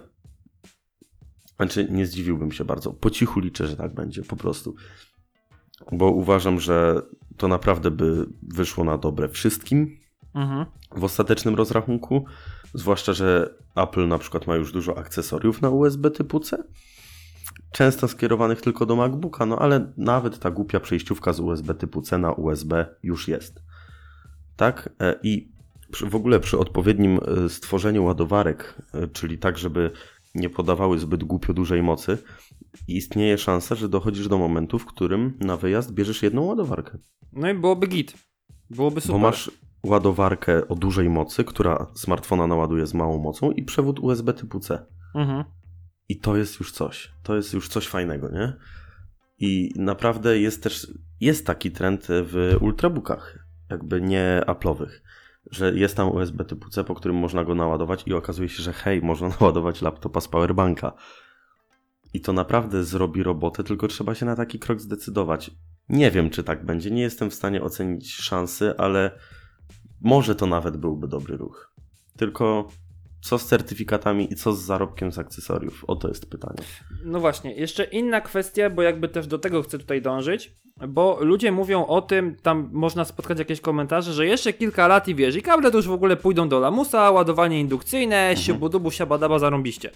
Znaczy, nie zdziwiłbym się bardzo. Po cichu liczę, że tak będzie, po prostu. Bo uważam, że to naprawdę by wyszło na dobre wszystkim. Mhm. W ostatecznym rozrachunku, zwłaszcza, że Apple na przykład ma już dużo akcesoriów na U S B typu C, często skierowanych tylko do MacBooka, no ale nawet ta głupia przejściówka z U S B typu C na U S B już jest. Tak? I w ogóle przy odpowiednim stworzeniu ładowarek, czyli tak, żeby nie podawały zbyt głupio dużej mocy, istnieje szansa, że dochodzisz do momentu, w którym na wyjazd bierzesz jedną ładowarkę. No i byłoby git. Byłoby super. Bo masz ładowarkę o dużej mocy, która smartfona naładuje z małą mocą i przewód U S B typu C. Mhm. I to jest już coś. To jest już coś fajnego, nie? I naprawdę jest też, jest taki trend w ultrabookach, jakby nie Apple'owych, że jest tam U S B typu C, po którym można go naładować i okazuje się, że hej, można naładować laptopa z powerbanka. I to naprawdę zrobi robotę, tylko trzeba się na taki krok zdecydować. Nie wiem, czy tak będzie, nie jestem w stanie ocenić szansy, ale może to nawet byłby dobry ruch. Tylko co z certyfikatami i co z zarobkiem z akcesoriów? Oto jest pytanie. No właśnie, jeszcze inna kwestia, bo jakby też do tego chcę tutaj dążyć, bo ludzie mówią o tym, tam można spotkać jakieś komentarze, że jeszcze kilka lat i wiesz, i kable to już w ogóle pójdą do lamusa, ładowanie indukcyjne, mhm. siubudubu, siabadaba, zarąbiście.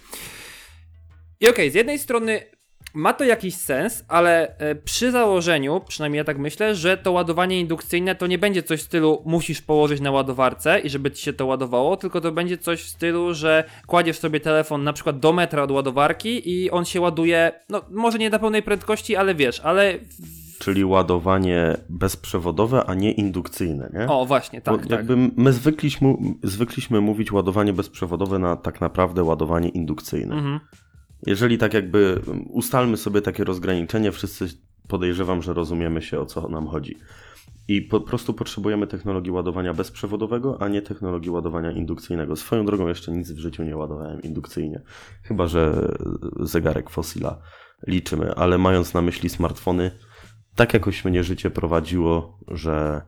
I okej, okay, z jednej strony ma to jakiś sens, ale przy założeniu, przynajmniej ja tak myślę, że to ładowanie indukcyjne to nie będzie coś w stylu musisz położyć na ładowarce i żeby ci się to ładowało, tylko to będzie coś w stylu, że kładziesz sobie telefon na przykład do metra od ładowarki i on się ładuje, no może nie na pełnej prędkości, ale wiesz, ale... Czyli ładowanie bezprzewodowe, a nie indukcyjne, nie? O, właśnie, tak, tak. Jakby my zwykliśmy, zwykliśmy mówić ładowanie bezprzewodowe na tak naprawdę ładowanie indukcyjne. Mhm. Jeżeli tak jakby ustalmy sobie takie rozgraniczenie, wszyscy podejrzewam, że rozumiemy się, o co nam chodzi. I po prostu potrzebujemy technologii ładowania bezprzewodowego, a nie technologii ładowania indukcyjnego. Swoją drogą jeszcze nic w życiu nie ładowałem indukcyjnie. Chyba że zegarek Fossila liczymy, ale mając na myśli smartfony, tak jakoś mnie życie prowadziło, że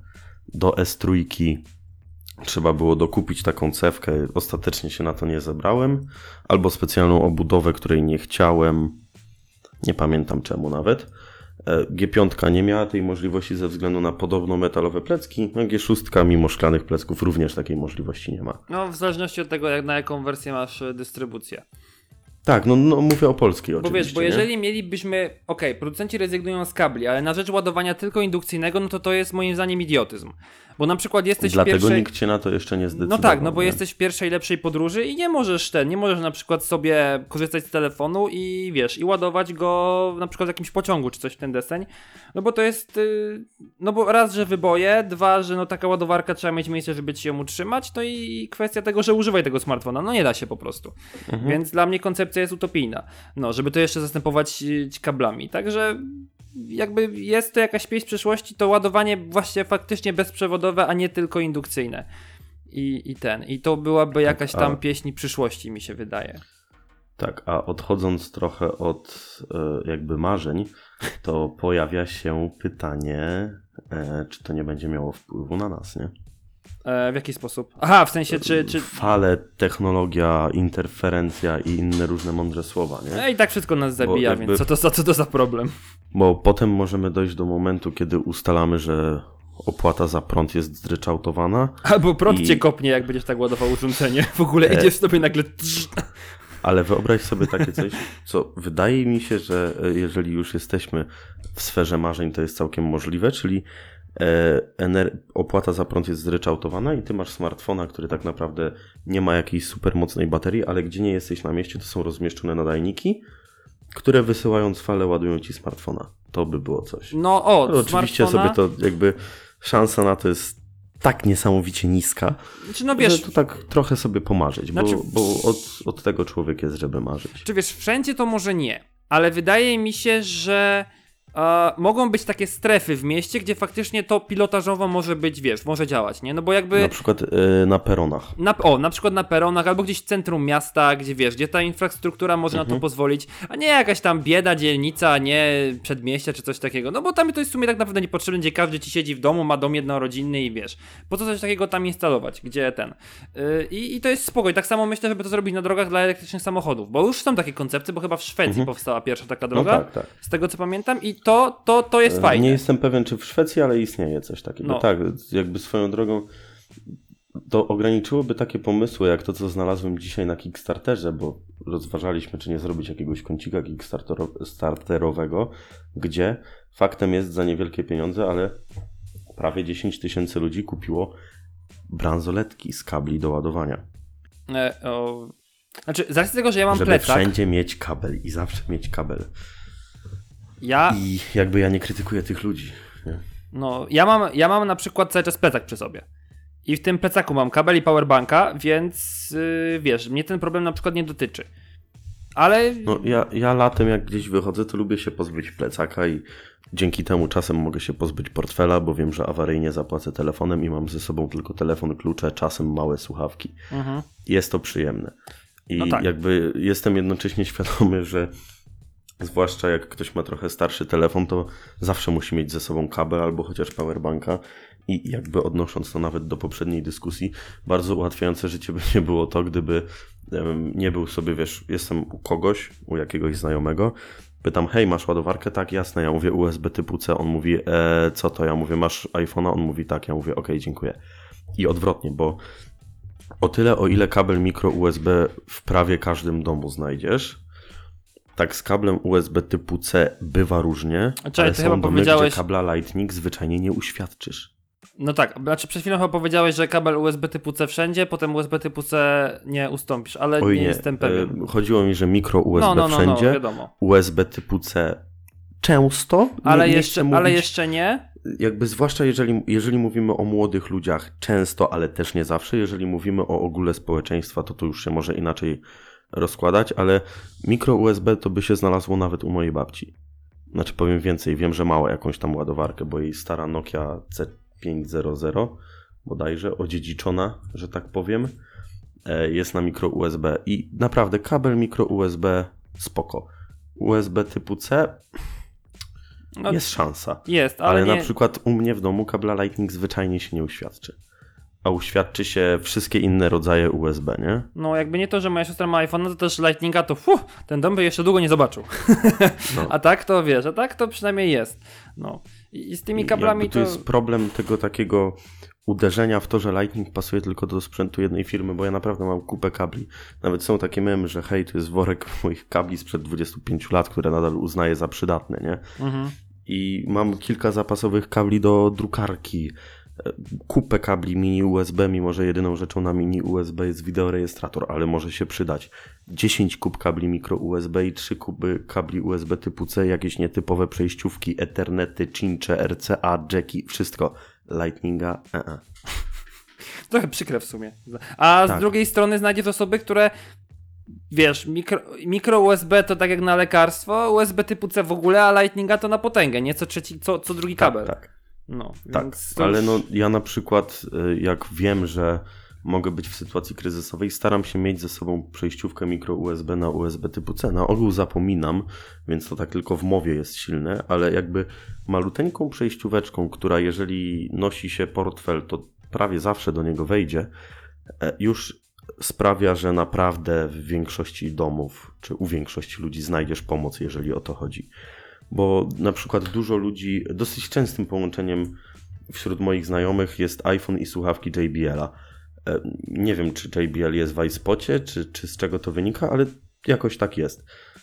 do S trzy trzeba było dokupić taką cewkę, ostatecznie się na to nie zebrałem, albo specjalną obudowę, której nie chciałem, nie pamiętam czemu nawet. G pięć nie miała tej możliwości ze względu na podobno metalowe plecki, no G sześć mimo szklanych plecków również takiej możliwości nie ma. No w zależności od tego, jak, na jaką wersję masz dystrybucję. Tak, no, no mówię o polskiej oczywiście. Bo wiesz, bo nie? jeżeli mielibyśmy, okej, okay, producenci rezygnują z kabli, ale na rzecz ładowania tylko indukcyjnego, no to to jest moim zdaniem idiotyzm. Bo na przykład jesteś Dlatego w pierwszej... nikt cię na to jeszcze nie zdecydował. No tak, no bo nie? jesteś w pierwszej lepszej podróży i nie możesz ten, nie możesz na przykład sobie korzystać z telefonu i wiesz, i ładować go na przykład w jakimś pociągu czy coś w ten deseń, no bo to jest, yy, no bo raz, że wyboje, dwa, że no taka ładowarka trzeba mieć miejsce, żeby ci ją utrzymać, no i kwestia tego, że używaj tego smartfona, no nie da się po prostu. Mhm. Więc dla mnie koncepcja jest utopijna, no żeby to jeszcze zastępować yy, kablami, także... Jakby jest to jakaś pieśń przyszłości, to ładowanie właśnie faktycznie bezprzewodowe, a nie tylko indukcyjne. I, i ten. I to byłaby jakaś tam a, pieśń przyszłości, mi się wydaje. Tak, a odchodząc trochę od e, jakby marzeń, to pojawia się pytanie, e, czy to nie będzie miało wpływu na nas, nie? E, w jaki sposób? Aha, w sensie czy... czy... Fale, technologia, interferencja i inne różne mądre słowa, nie? No i tak wszystko nas zabija, jakby... więc co to, co, co to za problem? Bo potem możemy dojść do momentu, kiedy ustalamy, że opłata za prąd jest zryczałtowana. Albo prąd i... cię kopnie, jak będziesz tak ładował urządzenie. W ogóle idziesz sobie nagle... Ale wyobraź sobie takie coś, co wydaje mi się, że jeżeli już jesteśmy w sferze marzeń, to jest całkiem możliwe, czyli e, ener- opłata za prąd jest zryczałtowana i ty masz smartfona, który tak naprawdę nie ma jakiejś super mocnej baterii, ale gdzie nie jesteś na mieście, to są rozmieszczone nadajniki, które wysyłając falę ładują ci smartfona. To by było coś. No o, no, oczywiście smartfona... sobie to jakby szansa na to jest tak niesamowicie niska, znaczy, no wiesz, że tu tak trochę sobie pomarzyć, znaczy... bo, bo od, od tego człowiek jest, żeby marzyć. Czy wiesz, wszędzie to może nie, ale wydaje mi się, że e, mogą być takie strefy w mieście, gdzie faktycznie to pilotażowo może być, wiesz, może działać, nie? No bo jakby... Na przykład y, na peronach. Na, o, na przykład na peronach, albo gdzieś w centrum miasta, gdzie wiesz, gdzie ta infrastruktura może Mhm. na to pozwolić, a nie jakaś tam bieda dzielnica, nie przedmieście czy coś takiego. No bo tam to jest w sumie tak naprawdę niepotrzebne, gdzie każdy ci siedzi w domu, ma dom jednorodzinny i wiesz, po co coś takiego tam instalować, gdzie ten. Yy, i, I to jest spoko. I tak samo myślę, żeby to zrobić na drogach dla elektrycznych samochodów, bo już są takie koncepcje, bo chyba w Szwecji Mhm. powstała pierwsza taka droga, No tak, tak. z tego co pamiętam, i to, to, to jest fajne. Nie jestem pewien, czy w Szwecji, ale istnieje coś takiego. No. Tak, jakby swoją drogą to ograniczyłoby takie pomysły, jak to, co znalazłem dzisiaj na Kickstarterze, bo rozważaliśmy, czy nie zrobić jakiegoś kącika Kickstarterowego, gdzie faktem jest za niewielkie pieniądze, ale prawie dziesięć tysięcy ludzi kupiło bransoletki z kabli do ładowania. E, o... Znaczy, z racji tego, że ja mam Żeby plecak... wszędzie mieć kabel i zawsze mieć kabel. Ja... I jakby ja nie krytykuję tych ludzi. Nie? No, ja mam, ja mam na przykład cały czas plecak przy sobie. I w tym plecaku mam kabel i powerbanka, więc yy, wiesz, mnie ten problem na przykład nie dotyczy. Ale... No ja, ja latem jak gdzieś wychodzę, to lubię się pozbyć plecaka i dzięki temu czasem mogę się pozbyć portfela, bo wiem, że awaryjnie zapłacę telefonem i mam ze sobą tylko telefon, klucze, czasem małe słuchawki. Mhm. Jest to przyjemne. I No tak. jakby jestem jednocześnie świadomy, że zwłaszcza jak ktoś ma trochę starszy telefon, to zawsze musi mieć ze sobą kabel albo chociaż powerbanka. I jakby odnosząc to nawet do poprzedniej dyskusji, bardzo ułatwiające życie by nie było to, gdyby um, nie był sobie, wiesz, jestem u kogoś, u jakiegoś znajomego, pytam, hej, masz ładowarkę? Tak, jasne. Ja mówię U S B typu C, on mówi, e, co to? Ja mówię, masz iPhone'a? On mówi, tak. Ja mówię, okej, okay, dziękuję. I odwrotnie, bo o tyle, o ile kabel mikro U S B w prawie każdym domu znajdziesz, tak z kablem U S B typu C bywa różnie, Czekaj, ale ty są chyba domy, powiedziałeś... gdzie kabla Lightning zwyczajnie nie uświadczysz. No tak, znaczy przed chwilą chyba powiedziałeś, że kabel U S B typu C wszędzie, potem U S B typu C nie ustąpisz, ale Oj, nie, nie jestem pewien. Chodziło mi, że mikro U S B no, no, no, wszędzie, no, wiadomo. U S B typu C często, ale, nie, nie jeszcze, mówić, ale jeszcze nie. Jakby zwłaszcza jeżeli, jeżeli mówimy o młodych ludziach, często, ale też nie zawsze, jeżeli mówimy o ogóle społeczeństwa, to to już się może inaczej rozkładać, ale mikro U S B to by się znalazło nawet u mojej babci. Znaczy powiem więcej, wiem, że mała jakąś tam ładowarkę, bo jej stara Nokia C pięćset bodajże, odziedziczona, że tak powiem, jest na mikro U S B i naprawdę kabel mikro U S B spoko. U S B typu C No, jest szansa. Jest, ale, ale nie... na przykład u mnie w domu kabla Lightning zwyczajnie się nie uświadczy. A uświadczy się wszystkie inne rodzaje U S B, nie? No jakby nie to, że moja siostra ma iPhone, to też Lightninga, to fuh, ten dom by jeszcze długo nie zobaczył. No. A tak to wiesz, a tak to przynajmniej jest. No. I, i z tymi kablami jakby to... to jest problem tego takiego uderzenia w to, że Lightning pasuje tylko do sprzętu jednej firmy, bo ja naprawdę mam kupę kabli. Nawet są takie memy, że hej, to jest worek moich kabli sprzed dwudziestu pięciu lat, które nadal uznaję za przydatne, nie? Mhm. I mam kilka zapasowych kabli do drukarki, kupę kabli mini U S B, mimo że jedyną rzeczą na mini U S B jest wideorejestrator, ale może się przydać. dziesięć kup kabli mikro U S B i trzy kuby kabli U S B typu C, jakieś nietypowe przejściówki, Ethernety, Cincze, R C A, Jacki, wszystko. Lightninga, e-e. Trochę przykre w sumie. A tak. z drugiej strony znajdziesz osoby, które wiesz, mikro, mikro U S B to tak jak na lekarstwo, U S B typu C w ogóle, a Lightninga to na potęgę, nie? Co trzeci, co, co drugi kabel. Tak, tak. No, tak, więc ale już... no ja na przykład jak wiem, że mogę być w sytuacji kryzysowej, staram się mieć ze sobą przejściówkę mikro U S B na U S B typu C. Na ogół zapominam, więc to tak tylko w mowie jest silne, ale jakby maluteńką przejścióweczką, która jeżeli nosi się portfel, to prawie zawsze do niego wejdzie, już sprawia, że naprawdę w większości domów, czy u większości ludzi znajdziesz pomoc, jeżeli o to chodzi. Bo na przykład dużo ludzi, dosyć częstym połączeniem wśród moich znajomych jest iPhone i słuchawki J B L-a. Nie wiem, czy J B L jest w iSpocie, czy, czy z czego to wynika, ale jakoś tak jest.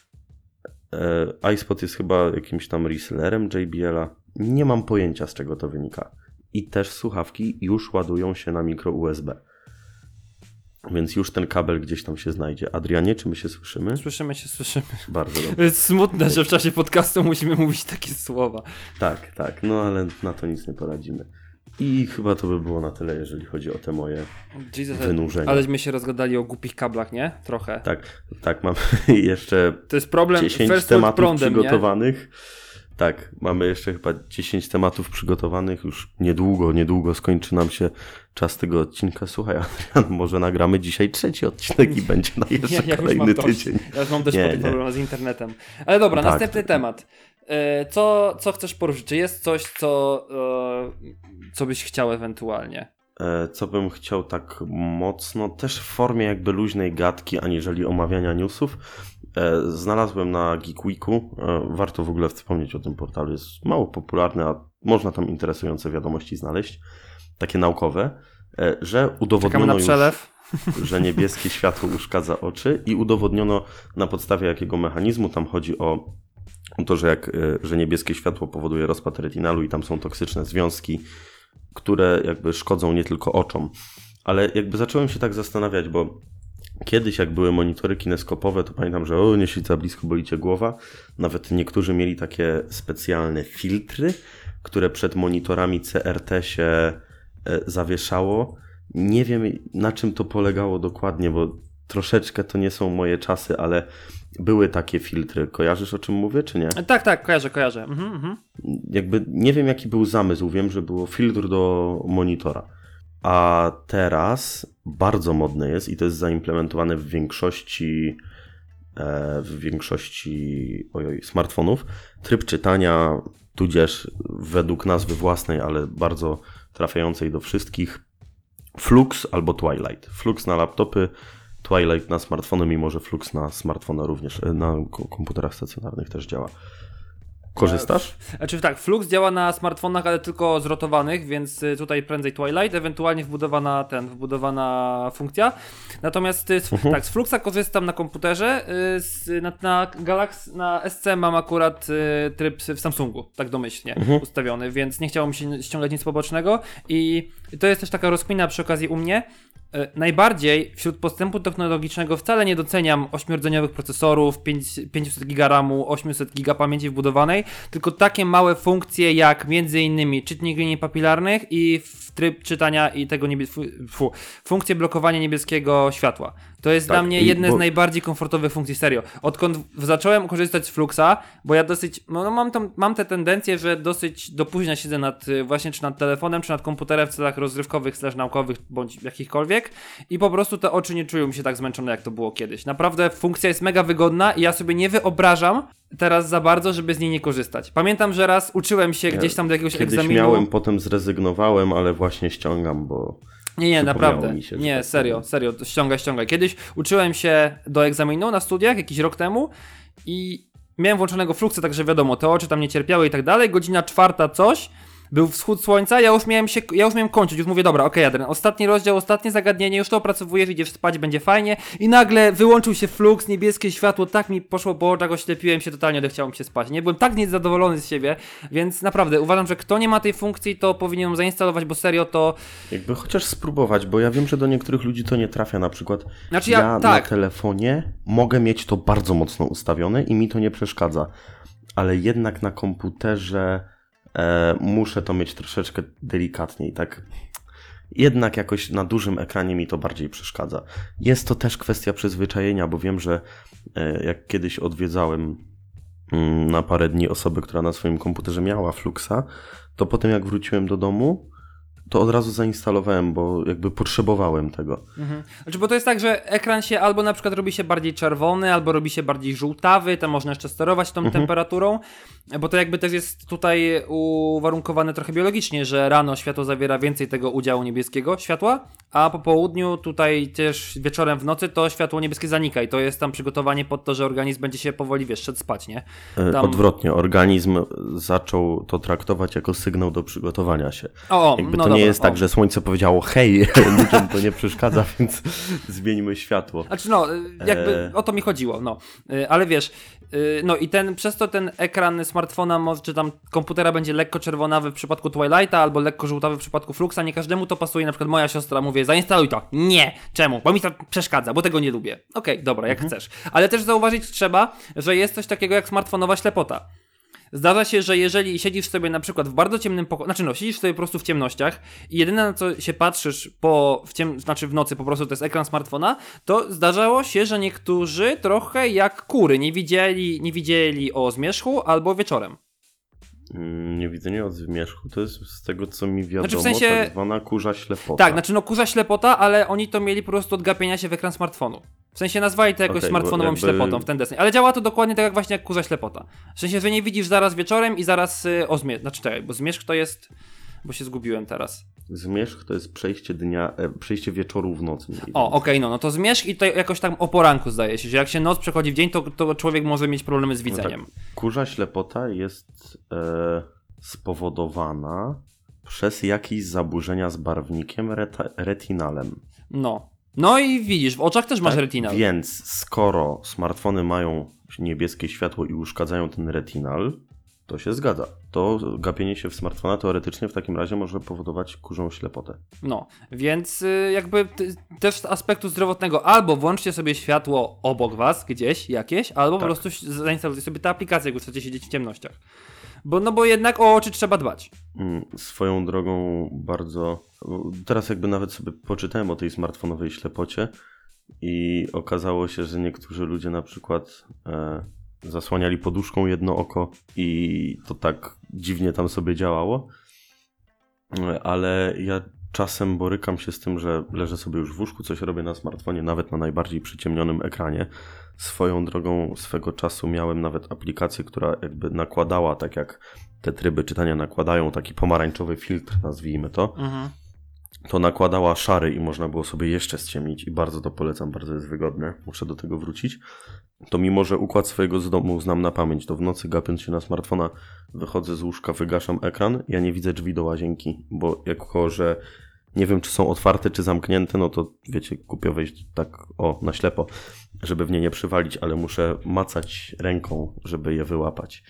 iSpot jest chyba jakimś tam resellerem J B L-a. Nie mam pojęcia, z czego to wynika. I też słuchawki już ładują się na mikro U S B. Więc już ten kabel gdzieś tam się znajdzie. Adrianie, czy my się słyszymy? Słyszymy się, słyszymy. Bardzo dobrze. To jest smutne, że w czasie podcastu musimy mówić takie słowa. Tak, tak, no ale na to nic nie poradzimy. I chyba to by było na tyle, jeżeli chodzi o te moje Jesus, wynurzenia. Aleśmy się rozgadali o głupich kablach, nie? Trochę. Tak, tak, mam jeszcze to jest problem dziesięć tematów prądem, przygotowanych. Nie? Tak, mamy jeszcze chyba dziesięć tematów przygotowanych. Już niedługo, niedługo skończy nam się czas tego odcinka. Słuchaj, Adrian, może nagramy dzisiaj trzeci odcinek i będzie na jeszcze ja, ja kolejny tydzień. Ja już mam dość problemu z internetem. Ale dobra, tak, następny tak. temat. Co, co chcesz poruszyć? Czy jest coś, co, co byś chciał ewentualnie? Co bym chciał tak mocno, też w formie jakby luźnej gadki, aniżeli omawiania newsów. Znalazłem na Geek Weeku, warto w ogóle wspomnieć o tym portalu, jest mało popularny, a można tam interesujące wiadomości znaleźć, takie naukowe, że udowodniono już, że niebieskie światło uszkadza oczy i udowodniono na podstawie jakiego mechanizmu. Tam chodzi o to, że, jak, że niebieskie światło powoduje rozpad retinalu i tam są toksyczne związki, które jakby szkodzą nie tylko oczom. Ale jakby zacząłem się tak zastanawiać, bo kiedyś jak były monitory kineskopowe, to pamiętam, że o, nie siedź za blisko, boli cię głowa. Nawet niektórzy mieli takie specjalne filtry, które przed monitorami C R T się e, zawieszało. Nie wiem, na czym to polegało dokładnie, bo troszeczkę to nie są moje czasy, ale były takie filtry. Kojarzysz, o czym mówię, czy nie? Tak, tak, kojarzę, kojarzę. Mhm, mhm. Jakby nie wiem, jaki był zamysł. Wiem, że było filtr do monitora. A teraz bardzo modne jest i to jest zaimplementowane w większości e, w większości ojoj, smartfonów. Tryb czytania, tudzież według nazwy własnej, ale bardzo trafiającej do wszystkich, Flux albo Twilight. Flux na laptopy, Twilight na smartfony, mimo że Flux na smartfona również, na komputerach stacjonarnych też działa. Korzystasz? Znaczy tak, Flux działa na smartfonach, ale tylko zrotowanych, więc tutaj prędzej Twilight, ewentualnie wbudowana ten, wbudowana funkcja. Natomiast uh-huh. tak, z Fluxa korzystam na komputerze, z, na, na Galaxy, na S C mam akurat tryb w Samsungu, tak domyślnie uh-huh. ustawiony, więc nie chciało mi się ściągać nic pobocznego i to jest też taka rozkmina przy okazji u mnie. Najbardziej wśród postępu technologicznego wcale nie doceniam ośmiordzeniowych procesorów, pięćset giga ramu, osiemset giga pamięci wbudowanej, tylko takie małe funkcje jak między innymi czytnik linii papilarnych i tryb czytania i tego niebie... Fu, funkcję blokowania niebieskiego światła. To jest Tak, dla mnie i- jedne bo- z najbardziej komfortowych funkcji, serio. Odkąd zacząłem korzystać z Fluxa, bo ja dosyć, no mam, tam, mam tę tendencję, że dosyć do późna siedzę nad, y, właśnie czy nad telefonem, czy nad komputerem w celach rozrywkowych, slash naukowych, bądź jakichkolwiek i po prostu te oczy nie czują mi się tak zmęczone, jak to było kiedyś. Naprawdę funkcja jest mega wygodna i ja sobie nie wyobrażam teraz za bardzo, żeby z niej nie korzystać. Pamiętam, że raz uczyłem się gdzieś tam do jakiegoś Kiedyś egzaminu. miałem, potem zrezygnowałem, ale właśnie ściągam, bo... Nie, nie, Przypomniało naprawdę. mi się, że Nie, tak serio, powiem. serio, to ściągaj, ściągaj. Kiedyś uczyłem się do egzaminu na studiach jakiś rok temu i miałem włączonego Fluxa, także wiadomo, te oczy tam nie cierpiały i tak dalej. Godzina czwarta coś, był wschód słońca, ja już miałem się, ja już miałem kończyć, już mówię, dobra, okej, Adrian, ostatni rozdział, ostatnie zagadnienie, już to opracowujesz, idziesz spać, będzie fajnie i nagle wyłączył się Flux, niebieskie światło, tak mi poszło po oczach, oślepiłem się totalnie, odechciało mi się spać, nie? Byłem tak niezadowolony z siebie, więc naprawdę uważam, że kto nie ma tej funkcji, to powinien ją zainstalować, bo serio to... Jakby chociaż spróbować, bo ja wiem, że do niektórych ludzi to nie trafia. Na przykład Znaczy ja- ja tak. na telefonie mogę mieć to bardzo mocno ustawione i mi to nie przeszkadza. Ale jednak na komputerze e, muszę to mieć troszeczkę delikatniej, tak. Jednak jakoś na dużym ekranie mi to bardziej przeszkadza. Jest to też kwestia przyzwyczajenia, bo wiem, że e, jak kiedyś odwiedzałem mm, na parę dni osobę, która na swoim komputerze miała Fluxa, to potem jak wróciłem do domu, to od razu zainstalowałem, bo jakby potrzebowałem tego. Mhm. Znaczy, bo to jest tak, że ekran się albo na przykład robi się bardziej czerwony, albo robi się bardziej żółtawy, tam można jeszcze sterować tą Mhm. temperaturą, bo to jakby też jest tutaj uwarunkowane trochę biologicznie, że rano światło zawiera więcej tego udziału niebieskiego światła, a po południu tutaj też wieczorem w nocy to światło niebieskie zanika i to jest tam przygotowanie pod to, że organizm będzie się powoli, wiesz, szedł spać, nie? E, Tam... Odwrotnie, organizm zaczął to traktować jako sygnał do przygotowania się. O, o, Jakby no to dobra, nie jest o. tak, że słońce powiedziało hej, ludziom to nie przeszkadza, więc zmieńmy światło. Znaczy no, y, jakby E. o to mi chodziło, no. Y, Ale wiesz, y, no i ten, przez to ten ekran smartfona, mo- czy tam komputera będzie lekko czerwonawy w przypadku Twilighta, albo lekko żółtawy w przypadku Fluxa, nie każdemu to pasuje, na przykład moja siostra mówi, zainstaluj to. Nie! Czemu? Bo mi to przeszkadza, bo tego nie lubię. Okej, dobra, jak chcesz. Ale też zauważyć trzeba, że jest coś takiego jak smartfonowa ślepota. Zdarza się, że jeżeli siedzisz sobie na przykład w bardzo ciemnym pokoju, znaczy no, siedzisz sobie po prostu w ciemnościach i jedyne na co się patrzysz po, w ciem, znaczy w nocy po prostu to jest ekran smartfona, to zdarzało się, że niektórzy trochę jak kury nie widzieli, nie widzieli o zmierzchu albo wieczorem. Mm, Nie widzę nie od zmierzchu, to jest z tego co mi wiadomo, Znaczy w sensie- tak zwana kurza ślepota. Tak, znaczy no kurza ślepota, ale oni to mieli po prostu od gapienia się w ekran smartfonu. W sensie nazwali to jakoś Okej, smartfonową bo jakby- ślepotą w ten deseń. Ale działa to dokładnie tak jak właśnie jak kurza ślepota. W sensie, że nie widzisz zaraz wieczorem i zaraz y, o zmierzch. Znaczy czekaj, bo zmierzch to jest... Bo się zgubiłem teraz. Zmierzch to jest przejście dnia, e, przejście wieczoru w noc. mniej O, więcej. okej, no, no to zmierzch i to jakoś tam o poranku zdaje się, że jak się noc przechodzi w dzień, to, to człowiek może mieć problemy z widzeniem. No tak, kurza ślepota jest e, spowodowana przez jakieś zaburzenia z barwnikiem reta, retinalem. No. No i widzisz, w oczach też masz Tak, retinal. Więc skoro smartfony mają niebieskie światło i uszkadzają ten retinal, to się zgadza. To gapienie się w smartfona teoretycznie w takim razie może powodować kurzą ślepotę. No, więc y, jakby ty, też z aspektu zdrowotnego albo włączcie sobie światło obok was gdzieś jakieś, albo po Tak. prostu ś- zainstalujcie sobie tę aplikację, jak już chcecie siedzieć w ciemnościach. Bo, no bo jednak o oczy trzeba dbać. Mm, Swoją drogą bardzo... Teraz jakby nawet sobie poczytałem o tej smartfonowej ślepocie i okazało się, że niektórzy ludzie na przykład e, zasłaniali poduszką jedno oko i to tak dziwnie tam sobie działało. E, Ale ja czasem borykam się z tym, że leżę sobie już w łóżku, coś robię na smartfonie, nawet na najbardziej przyciemnionym ekranie. Swoją drogą swego czasu miałem nawet aplikację, która jakby nakładała, tak jak te tryby czytania nakładają taki pomarańczowy filtr, nazwijmy to, Mhm. to nakładała szary i można było sobie jeszcze ściemnić i bardzo to polecam, bardzo jest wygodne, muszę do tego wrócić. To mimo, że układ swojego z domu znam na pamięć, to w nocy gapiąc się na smartfona wychodzę z łóżka, wygaszam ekran, ja nie widzę drzwi do łazienki, bo jako, że nie wiem, czy są otwarte, czy zamknięte, no to wiecie, głupio wejść tak o, na ślepo, żeby w nie nie przywalić, ale muszę macać ręką, żeby je wyłapać.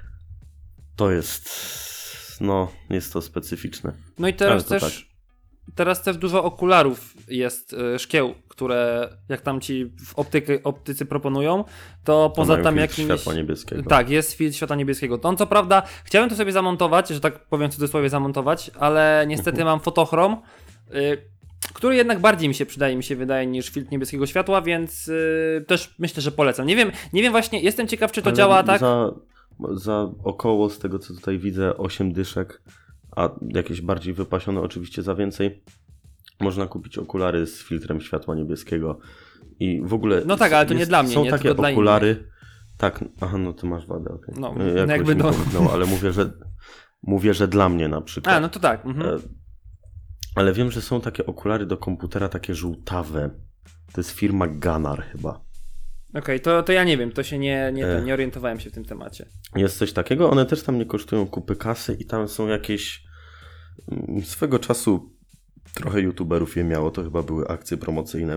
To jest, no, jest to specyficzne. No i teraz Ale to też, teraz też dużo okularów jest, y, szkieł, które jak tam ci w optyky, optycy proponują, to To poza mają tam filtr jakimś... światła niebieskiego. Tak, jest filtr światła niebieskiego. To on co prawda, chciałem to sobie zamontować, że tak powiem w cudzysłowie zamontować, ale niestety Mhm. mam fotochrom. Y, który jednak bardziej mi się przydaje, mi się wydaje, niż filtr niebieskiego światła, więc yy, też myślę, że polecam. Nie wiem, nie wiem właśnie, jestem ciekaw, czy to Ale działa tak. Za, za około, z tego co tutaj widzę, osiem dyszek, a jakieś bardziej wypasione oczywiście za więcej, można kupić okulary z filtrem światła niebieskiego i w ogóle... No tak, ale to jest, nie dla mnie, są nie, takie tylko dla okulary, innych. tak, aha, no ty masz wadę, okej. No, Okay. no Jakoś jakby mi no. pomknęło, ale mówię, że mówię, że dla mnie na przykład. A, no to tak. Mhm. Ale wiem, że są takie okulary do komputera, takie żółtawe. To jest firma Ganar chyba. Okej, okay, to, to ja nie wiem, to się nie, nie, to, nie orientowałem się w tym temacie. Jest coś takiego, one też tam nie kosztują kupy kasy i tam są jakieś... Swego czasu trochę youtuberów je miało, to chyba były akcje promocyjne.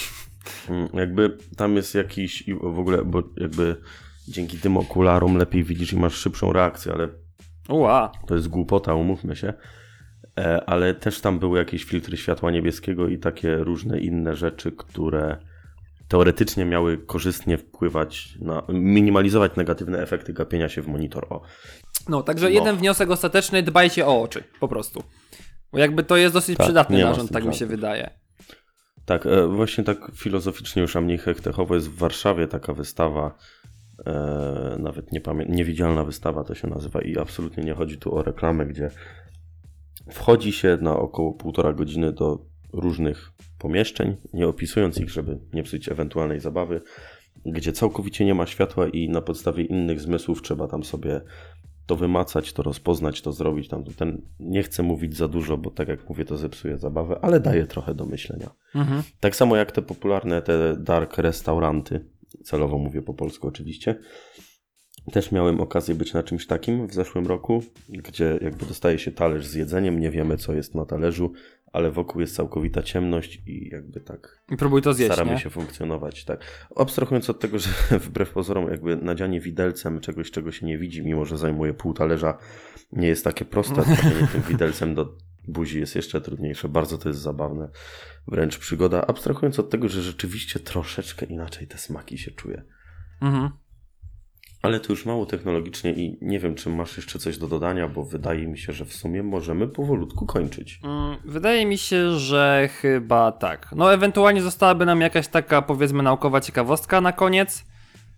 Jakby tam jest jakiś... w ogóle, bo jakby dzięki tym okularom lepiej widzisz i masz szybszą reakcję, ale... Ua. To jest głupota, umówmy się. Ale też tam były jakieś filtry światła niebieskiego i takie różne inne rzeczy, które teoretycznie miały korzystnie wpływać na, minimalizować negatywne efekty gapienia się w monitor. O. No, także no. jeden wniosek ostateczny, dbajcie o oczy, po prostu. Bo jakby to jest dosyć tak, przydatny narząd, narząd, tak mi się wydaje. Tak, właśnie tak filozoficznie już, a mniej hektechowo jest w Warszawie taka wystawa, e, nawet nie pamiętam, niewidzialna wystawa to się nazywa i absolutnie nie chodzi tu o reklamę, gdzie wchodzi się na około półtora godziny do różnych pomieszczeń, nie opisując ich, żeby nie psuć ewentualnej zabawy, gdzie całkowicie nie ma światła i na podstawie innych zmysłów trzeba tam sobie to wymacać, to rozpoznać, to zrobić. Tam ten, nie chcę mówić za dużo, bo tak jak mówię, to zepsuje zabawę, ale daje trochę do myślenia. Mhm. Tak samo jak te popularne, te dark restauranty, celowo mówię po polsku oczywiście, też miałem okazję być na czymś takim w zeszłym roku, gdzie jakby dostaje się talerz z jedzeniem, nie wiemy co jest na talerzu, ale wokół jest całkowita ciemność i jakby tak I próbuj to zjeść, staramy nie? się funkcjonować. Tak. Abstrahując od tego, że wbrew pozorom jakby nadzianie widelcem czegoś, czego się nie widzi, mimo że zajmuje pół talerza, nie jest takie proste. Trafienie tym widelcem do buzi jest jeszcze trudniejsze. Bardzo to jest zabawne. Wręcz przygoda. Abstrahując od tego, że rzeczywiście troszeczkę inaczej te smaki się czuje. Mhm. Ale to już mało technologicznie i nie wiem, czy masz jeszcze coś do dodania, bo wydaje mi się, że w sumie możemy powolutku kończyć. Wydaje mi się, że chyba tak. No ewentualnie zostałaby nam jakaś taka, powiedzmy, naukowa ciekawostka na koniec.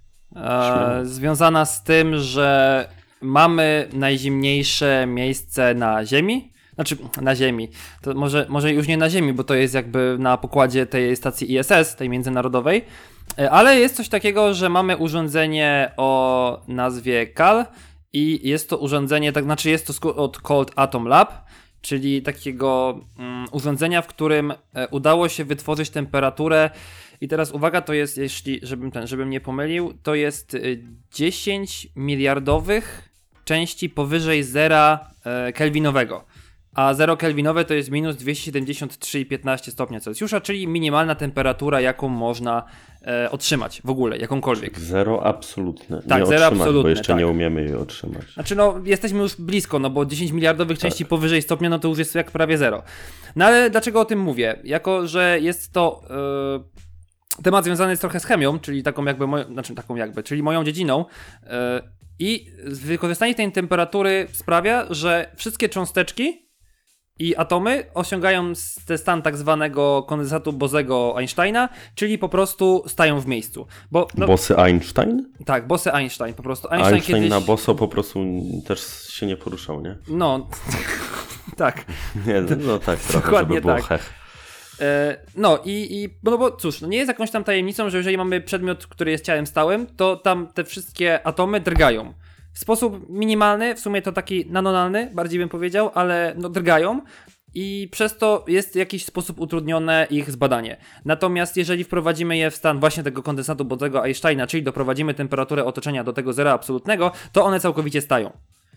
E, związana z tym, że mamy najzimniejsze miejsce na Ziemi. Znaczy, na Ziemi. To może, może już nie na Ziemi, bo to jest jakby na pokładzie tej stacji I S S, tej międzynarodowej. Ale jest coś takiego, że mamy urządzenie o nazwie C A L i jest to urządzenie, tak znaczy jest to od Cold Atom Lab, czyli takiego um, urządzenia, w którym e, udało się wytworzyć temperaturę i teraz uwaga, to jest, jeśli, żebym, ten, żebym nie pomylił, to jest y, dziesięć miliardowych części powyżej zera e, kelwinowego. A zero kelwinowe to jest minus dwieście siedemdziesiąt trzy przecinek piętnaście stopnia Celsjusza, czyli minimalna temperatura, jaką można e, otrzymać w ogóle, jakąkolwiek. Zero absolutne. Tak, nie zero otrzymać, absolutne, bo jeszcze tak. nie umiemy jej otrzymać. Znaczy no, jesteśmy już blisko, no bo dziesięć miliardowych części tak. powyżej stopnia, no to już jest jak prawie zero. No ale dlaczego o tym mówię? Jako, że jest to e, temat związany jest trochę z chemią, czyli taką jakby, moją, znaczy taką jakby, czyli moją dziedziną e, i wykorzystanie tej temperatury sprawia, że wszystkie cząsteczki i atomy osiągają ten stan tak zwanego kondensatu Bosego-Einsteina, czyli po prostu stają w miejscu. Bo, no, Bosy Einstein? Tak, Bosy Einstein po prostu. Einstein, Einstein kiedyś... na boso po prostu też się nie poruszał, nie? No, tak. Nie, no tak, trochę, Dokładnie żeby było tak. hech. E, no i, i no bo cóż, no nie jest jakąś tam tajemnicą, że jeżeli mamy przedmiot, który jest ciałem stałym, to tam te wszystkie atomy drgają. W sposób minimalny, w sumie to taki nanonalny, bardziej bym powiedział, ale no drgają i przez to jest w jakiś sposób utrudnione ich zbadanie. Natomiast jeżeli wprowadzimy je w stan właśnie tego kondensatu Bosego-Einsteina, czyli doprowadzimy temperaturę otoczenia do tego zera absolutnego, to one całkowicie stają.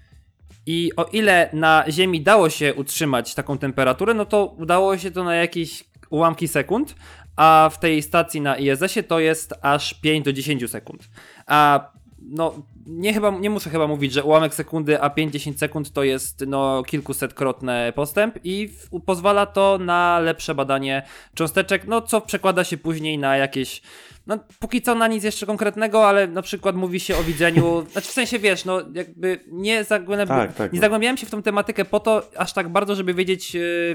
I o ile na Ziemi dało się utrzymać taką temperaturę, no to udało się to na jakieś ułamki sekund, a w tej stacji na I S S-ie to jest aż pięć do dziesięciu sekund. A no, nie, chyba, nie muszę chyba mówić, że ułamek sekundy a pięć do dziesięciu sekund to jest no kilkusetkrotny postęp i w, pozwala to na lepsze badanie cząsteczek, no co przekłada się później na jakieś, no póki co na nic jeszcze konkretnego, ale na przykład mówi się o widzeniu, znaczy w sensie wiesz, no jakby nie, zagłębi- tak, tak, nie no. zagłębiałem się w tą tematykę po to aż tak bardzo, żeby wiedzieć yy,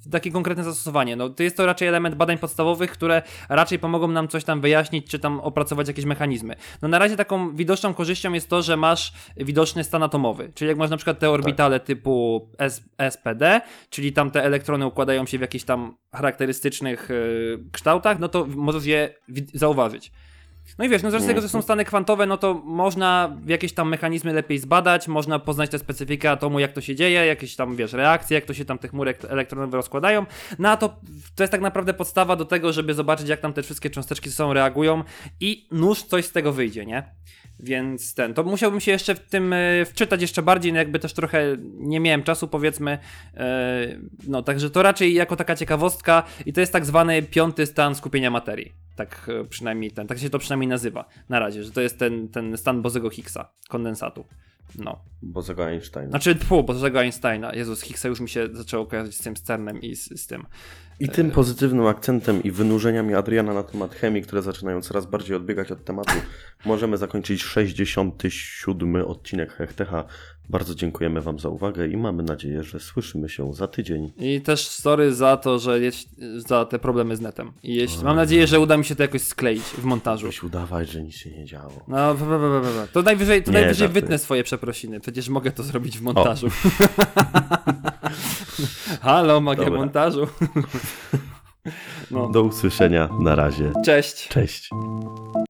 takie konkretne zastosowanie. No, to jest to raczej element badań podstawowych, które raczej pomogą nam coś tam wyjaśnić, czy tam opracować jakieś mechanizmy. No na razie taką widoczną korzyścią jest to, że masz widoczny stan atomowy, czyli jak masz na przykład te orbitale tak. typu S- SPD, czyli tam te elektrony układają się w jakichś tam charakterystycznych yy, kształtach, no to możesz je wi- zauważyć. No i wiesz, no z tego, że są stany kwantowe, no to można jakieś tam mechanizmy lepiej zbadać, można poznać tę specyfikę atomu, jak to się dzieje, jakieś tam, wiesz, reakcje, jak to się tam te chmury elektronowe rozkładają. No a to, to jest tak naprawdę podstawa do tego, żeby zobaczyć, jak tam te wszystkie cząsteczki ze sobą reagują i nuż coś z tego wyjdzie, nie? Więc ten, to musiałbym się jeszcze w tym y, wczytać jeszcze bardziej, no jakby też trochę nie miałem czasu, powiedzmy, y, no także to raczej jako taka ciekawostka i to jest tak zwany piąty stan skupienia materii, tak y, przynajmniej ten, tak się to przynajmniej nazywa na razie, że to jest ten, ten stan Bosego Higgsa, kondensatu, no. Bosego Einsteina. Znaczy, pół Bosego Einsteina, Jezus, Higgsa już mi się zaczęło kojarzyć z tym Sternem i z, z tym. I tym pozytywnym akcentem i wynurzeniami Adriana na temat chemii, które zaczynają coraz bardziej odbiegać od tematu, możemy zakończyć sześćdziesiąty siódmy odcinek Hechtecha. Bardzo dziękujemy Wam za uwagę i mamy nadzieję, że słyszymy się za tydzień. I też sorry za to, że jeś, za te problemy z netem. I jeśli, mam nadzieję, że uda mi się to jakoś skleić w montażu. Musi udawać, że nic się nie działo. No, b, b, b, b, b. to najwyżej, to Nie, najwyżej żarty. wytnę swoje przeprosiny. Przecież mogę to zrobić w montażu. Halo, magia Dobra. montażu. No. Do usłyszenia. Na razie. Cześć. Cześć.